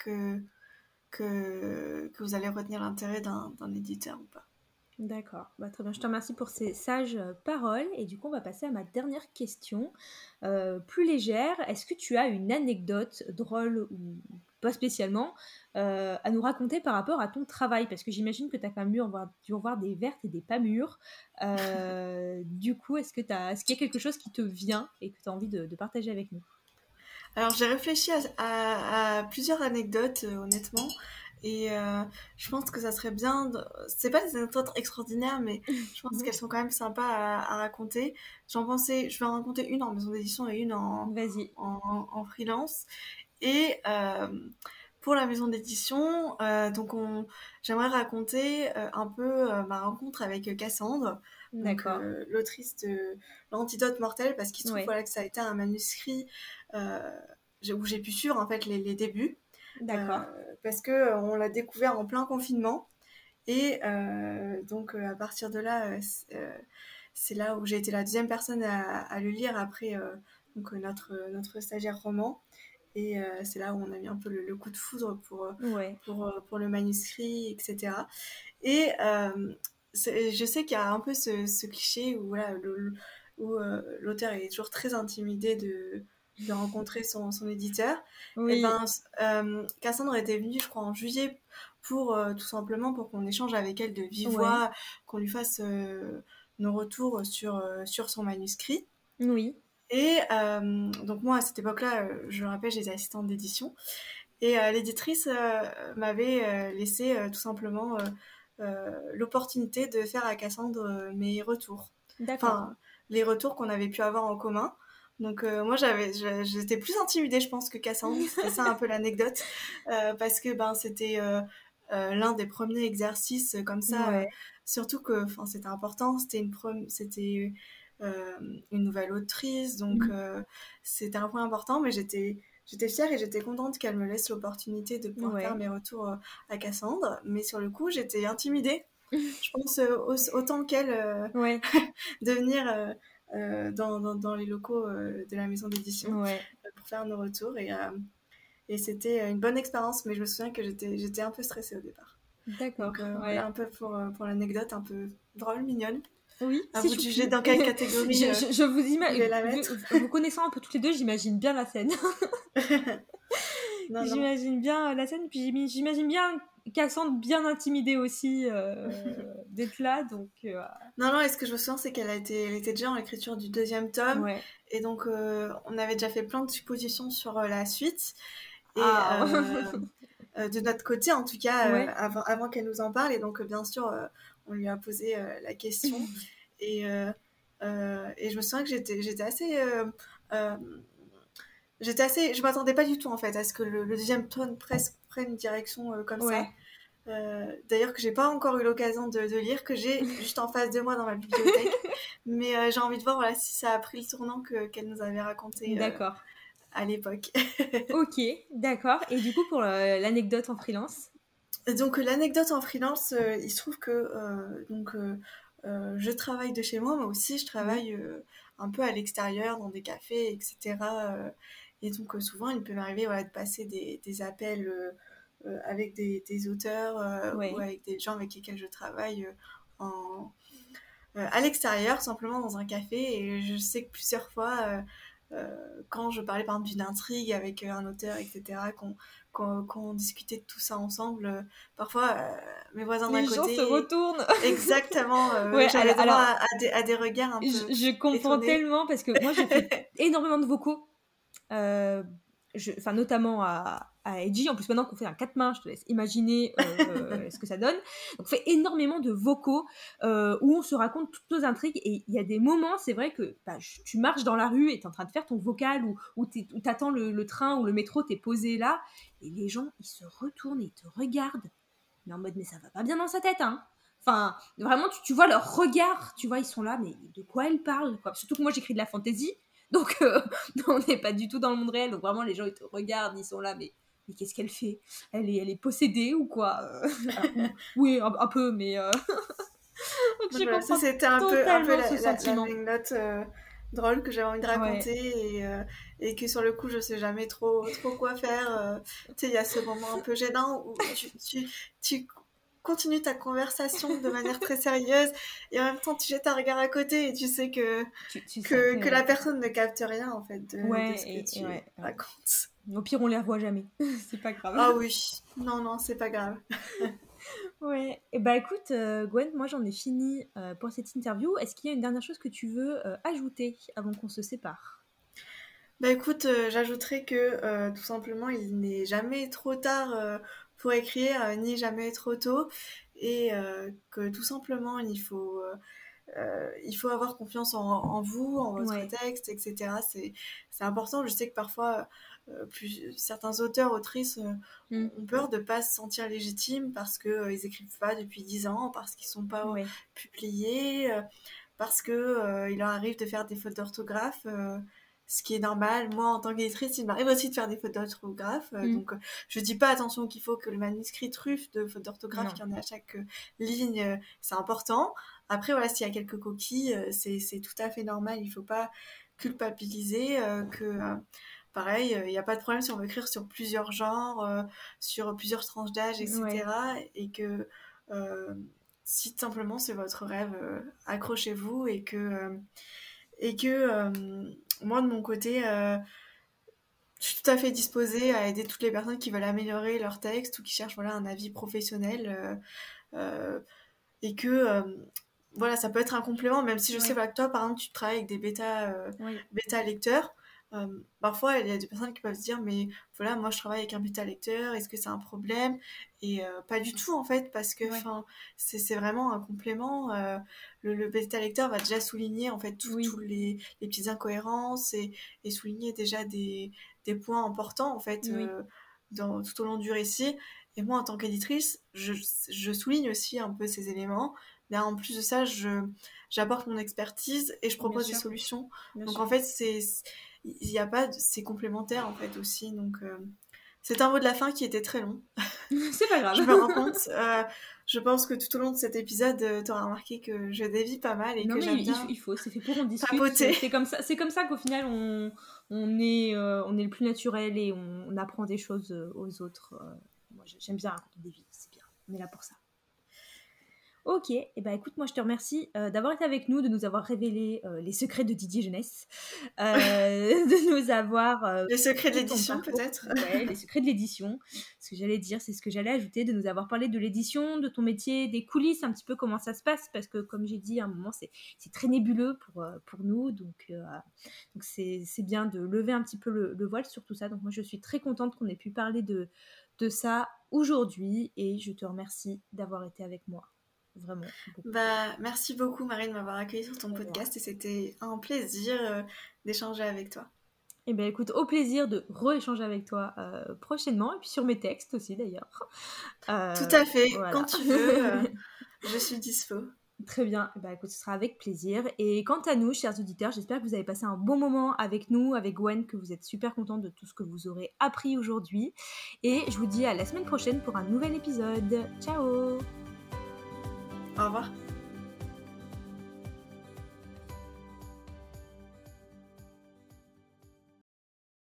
que vous allez retenir l'intérêt d'un éditeur ou pas.
D'accord, bah, très bien. Je te remercie pour ces sages paroles. Et du coup, on va passer à ma dernière question, plus légère. Est-ce que tu as une anecdote drôle ou pas spécialement à nous raconter par rapport à ton travail? Parce que j'imagine que tu as quand même dû en voir des vertes et des pas mûres. Du coup, est-ce qu'il y a quelque chose qui te vient et que tu as envie de partager avec nous?
Alors, j'ai réfléchi à plusieurs anecdotes, honnêtement, et je pense que ça serait bien. C'est pas des anecdotes extraordinaires, mais je pense qu'elles sont quand même sympas à raconter. Je vais en raconter une en maison d'édition et une
Vas-y.
en freelance. Et pour la maison d'édition, j'aimerais raconter un peu ma rencontre avec Cassandre, donc
D'accord.
l'autrice de L'Antidote mortel, parce qu'il se trouve
Ouais.
voilà, que ça a été un manuscrit euh, où j'ai pu suivre en fait les débuts,
D'accord.
parce que on l'a découvert en plein confinement. Et à partir de là, c'est là où j'ai été la deuxième personne à le lire après notre stagiaire roman. Et c'est là où on a mis un peu le coup de foudre
Ouais.
pour le manuscrit, etc. Et je sais qu'il y a un peu ce cliché où, voilà, où l'auteur est toujours très intimidé de rencontrer son éditeur. Et
Oui.
ben, Cassandre était venue, je crois, en juillet pour tout simplement pour qu'on échange avec elle de vive voix, qu'on lui fasse nos retours sur son manuscrit.
Oui.
Et donc moi, à cette époque-là, je le rappelle, j'étais assistante d'édition. Et l'éditrice m'avait laissé tout simplement l'opportunité de faire à Cassandre mes retours.
D'accord.
Enfin, les retours qu'on avait pu avoir en commun. Donc moi, j'étais plus intimidée, je pense, que Cassandre. C'était ça un peu l'anecdote. Parce que c'était l'un des premiers exercices comme ça. Surtout que c'était important. C'était une nouvelle autrice. Donc c'était un point important. Mais j'étais fière et j'étais contente qu'elle me laisse l'opportunité de pouvoir faire mes retours à Cassandre. Mais sur le coup, j'étais intimidée. Je pense autant qu'elle de venir dans les locaux de la maison d'édition pour faire nos retours. Et c'était une bonne expérience, mais je me souviens que j'étais un peu stressée au départ.
D'accord.
Donc voilà un peu pour l'anecdote, un peu drôle, mignonne.
Oui,
à
c'est
vous de
choupi.
juger dans quelle catégorie
je vous imagine,
la mettre.
vous connaissant un peu toutes les deux, j'imagine bien la scène.
Non.
J'imagine bien la scène, puis j'imagine bien Cassandre bien intimidée aussi d'être là, donc...
Non, et ce que je me souviens, c'est elle était déjà en l'écriture du 2e tome, et donc on avait déjà fait plein de suppositions sur la suite, et de notre côté, en tout cas, avant qu'elle nous en parle, et donc bien sûr, on lui a posé la question, et je me souviens que j'étais assez... je m'attendais pas du tout en fait à ce que le 2e tome presque prenne une direction comme ça. D'ailleurs que j'ai pas encore eu l'occasion de lire, que j'ai juste en face de moi dans ma bibliothèque, mais j'ai envie de voir si ça a pris le tournant qu'elle nous avait raconté à l'époque.
Ok, d'accord. Et du coup pour l'anecdote en freelance?
Donc l'anecdote en freelance, il se trouve que je travaille de chez moi, mais aussi je travaille un peu à l'extérieur, dans des cafés, etc. Et donc souvent il peut m'arriver de passer des appels avec des auteurs ou avec des gens avec lesquels je travaille à l'extérieur, simplement dans un café. Et je sais que plusieurs fois, quand je parlais par exemple d'une intrigue avec un auteur, etc., qu'on discutait de tout ça ensemble, parfois mes voisins d'à côté...
Les gens se retournent.
Exactement, j'avais droit à des regards un peu
je comprends
étonnés.
Tellement, parce que moi je fais énormément de vocaux. Notamment à Edgy, en plus maintenant qu'on fait un 4 mains, je te laisse imaginer ce que ça donne. Donc on fait énormément de vocaux où on se raconte toutes nos intrigues, et il y a des moments, c'est vrai que tu marches dans la rue et t'es en train de faire ton vocal, ou t'attends le train ou le métro, t'es posé là, et les gens ils se retournent et ils te regardent, mais en mode mais ça va pas bien dans sa tête, hein. Enfin, vraiment, tu vois leur regard, tu vois, ils sont là, mais de quoi elle parle, quoi. Surtout que moi j'écris de la fantasy, donc on n'est pas du tout dans le monde réel, donc vraiment les gens ils te regardent, ils sont là, mais qu'est-ce qu'elle fait, elle est possédée ou quoi? Oui, un peu, mais donc je comprends
ça c'était un peu
ce sentiment.
l'anecdote drôle que j'avais envie de raconter, et que sur le coup je sais jamais trop quoi faire. Tu sais, il y a ce moment un peu gênant où tu continues ta conversation de manière très sérieuse, et en même temps tu jettes un regard à côté et tu sais que la personne ne capte rien en fait de ce que tu racontes.
Au pire on les revoit jamais. C'est pas grave.
Ah oui, non, c'est pas grave.
Ouais, et écoute Gwen, moi j'en ai fini pour cette interview. Est-ce qu'il y a une dernière chose que tu veux ajouter avant qu'on se sépare?
Écoute, j'ajouterais que tout simplement il n'est jamais trop tard pour écrire, ni jamais trop tôt, et que tout simplement il faut avoir confiance en vous, en votre texte, etc. C'est important. Je sais que parfois, certains auteurs, autrices ont peur de ne pas se sentir légitimes parce qu'ils n'écrivent pas depuis 10 ans, parce qu'ils ne sont pas publiés, parce qu'il leur arrive de faire des fautes d'orthographe. Ce qui est normal. Moi, en tant qu'éditrice, il m'arrive aussi de faire des fautes d'orthographe. Donc, je dis pas, attention, qu'il faut que le manuscrit truffe de fautes d'orthographe, qu'il y en ait à chaque ligne. C'est important. Après, voilà, s'il y a quelques coquilles, c'est tout à fait normal. Il faut pas culpabiliser pareil, il n'y a pas de problème si on veut écrire sur plusieurs genres, sur plusieurs tranches d'âge, etc. Et que si simplement c'est votre rêve, accrochez-vous, et que moi de mon côté, je suis tout à fait disposée à aider toutes les personnes qui veulent améliorer leur texte ou qui cherchent voilà, un avis professionnel. Et que voilà, ça peut être un complément, même si je sais
Oui.
voilà, que toi, par exemple, tu travailles avec des
Oui.
bêta lecteurs. Parfois, il y a des personnes qui peuvent se dire, mais voilà, moi je travaille avec un bêta lecteur, est-ce que c'est un problème? Et pas du tout en fait, parce que
Ouais.
c'est vraiment un complément. Le bêta lecteur va déjà souligner en fait
Oui.
tous les petites incohérences et souligner déjà des points importants en fait
Oui.
tout au long du récit. Et moi, en tant qu'éditrice, je souligne aussi un peu ces éléments, mais en plus de ça, j'apporte mon expertise et je
Bien
propose des
sûr.
solutions.
Bien
Donc
sûr.
en fait, il y a pas, c'est complémentaire en fait aussi. Donc c'est un mot de la fin qui était très long.
C'est pas grave.
Je me rends compte. Je pense que tout au long de cet épisode, t'auras remarqué que je dévie pas mal et
Non
que
mais
j'aime bien
il faut, c'est fait pour qu'on discute.
papoter.
C'est comme ça qu'au final on est le plus naturel et on apprend des choses aux autres. Moi j'aime bien raconter des vies, c'est bien. On est là pour ça. Ok, et ben écoute, moi je te remercie d'avoir été avec nous, de nous avoir révélé les secrets de Didier Jeunesse, de nous avoir
Les secrets de
parlé de ton
l'édition
parcours,
peut-être.
ouais, les secrets de l'édition. Ce que j'allais dire, c'est ce que j'allais ajouter, de nous avoir parlé de l'édition, de ton métier, des coulisses, un petit peu comment ça se passe, parce que comme j'ai dit à un moment, c'est très nébuleux pour nous, donc c'est bien de lever un petit peu le voile sur tout ça. Donc moi je suis très contente qu'on ait pu parler de ça aujourd'hui, et je te remercie d'avoir été avec moi. Vraiment beaucoup.
Bah, merci beaucoup Marie de m'avoir accueillie sur ton podcast et c'était un plaisir d'échanger avec toi.
Et bien écoute, au plaisir de re-échanger avec toi prochainement, et puis sur mes textes aussi d'ailleurs.
Tout à fait,
Voilà.
quand tu veux, je suis dispo.
Très bien, bah écoute, ce sera avec plaisir. Et quant à nous, chers auditeurs, j'espère que vous avez passé un bon moment avec nous, avec Gwen, que vous êtes super contents de tout ce que vous aurez appris aujourd'hui. Et je vous dis à la semaine prochaine pour un nouvel épisode. Ciao!
Au revoir.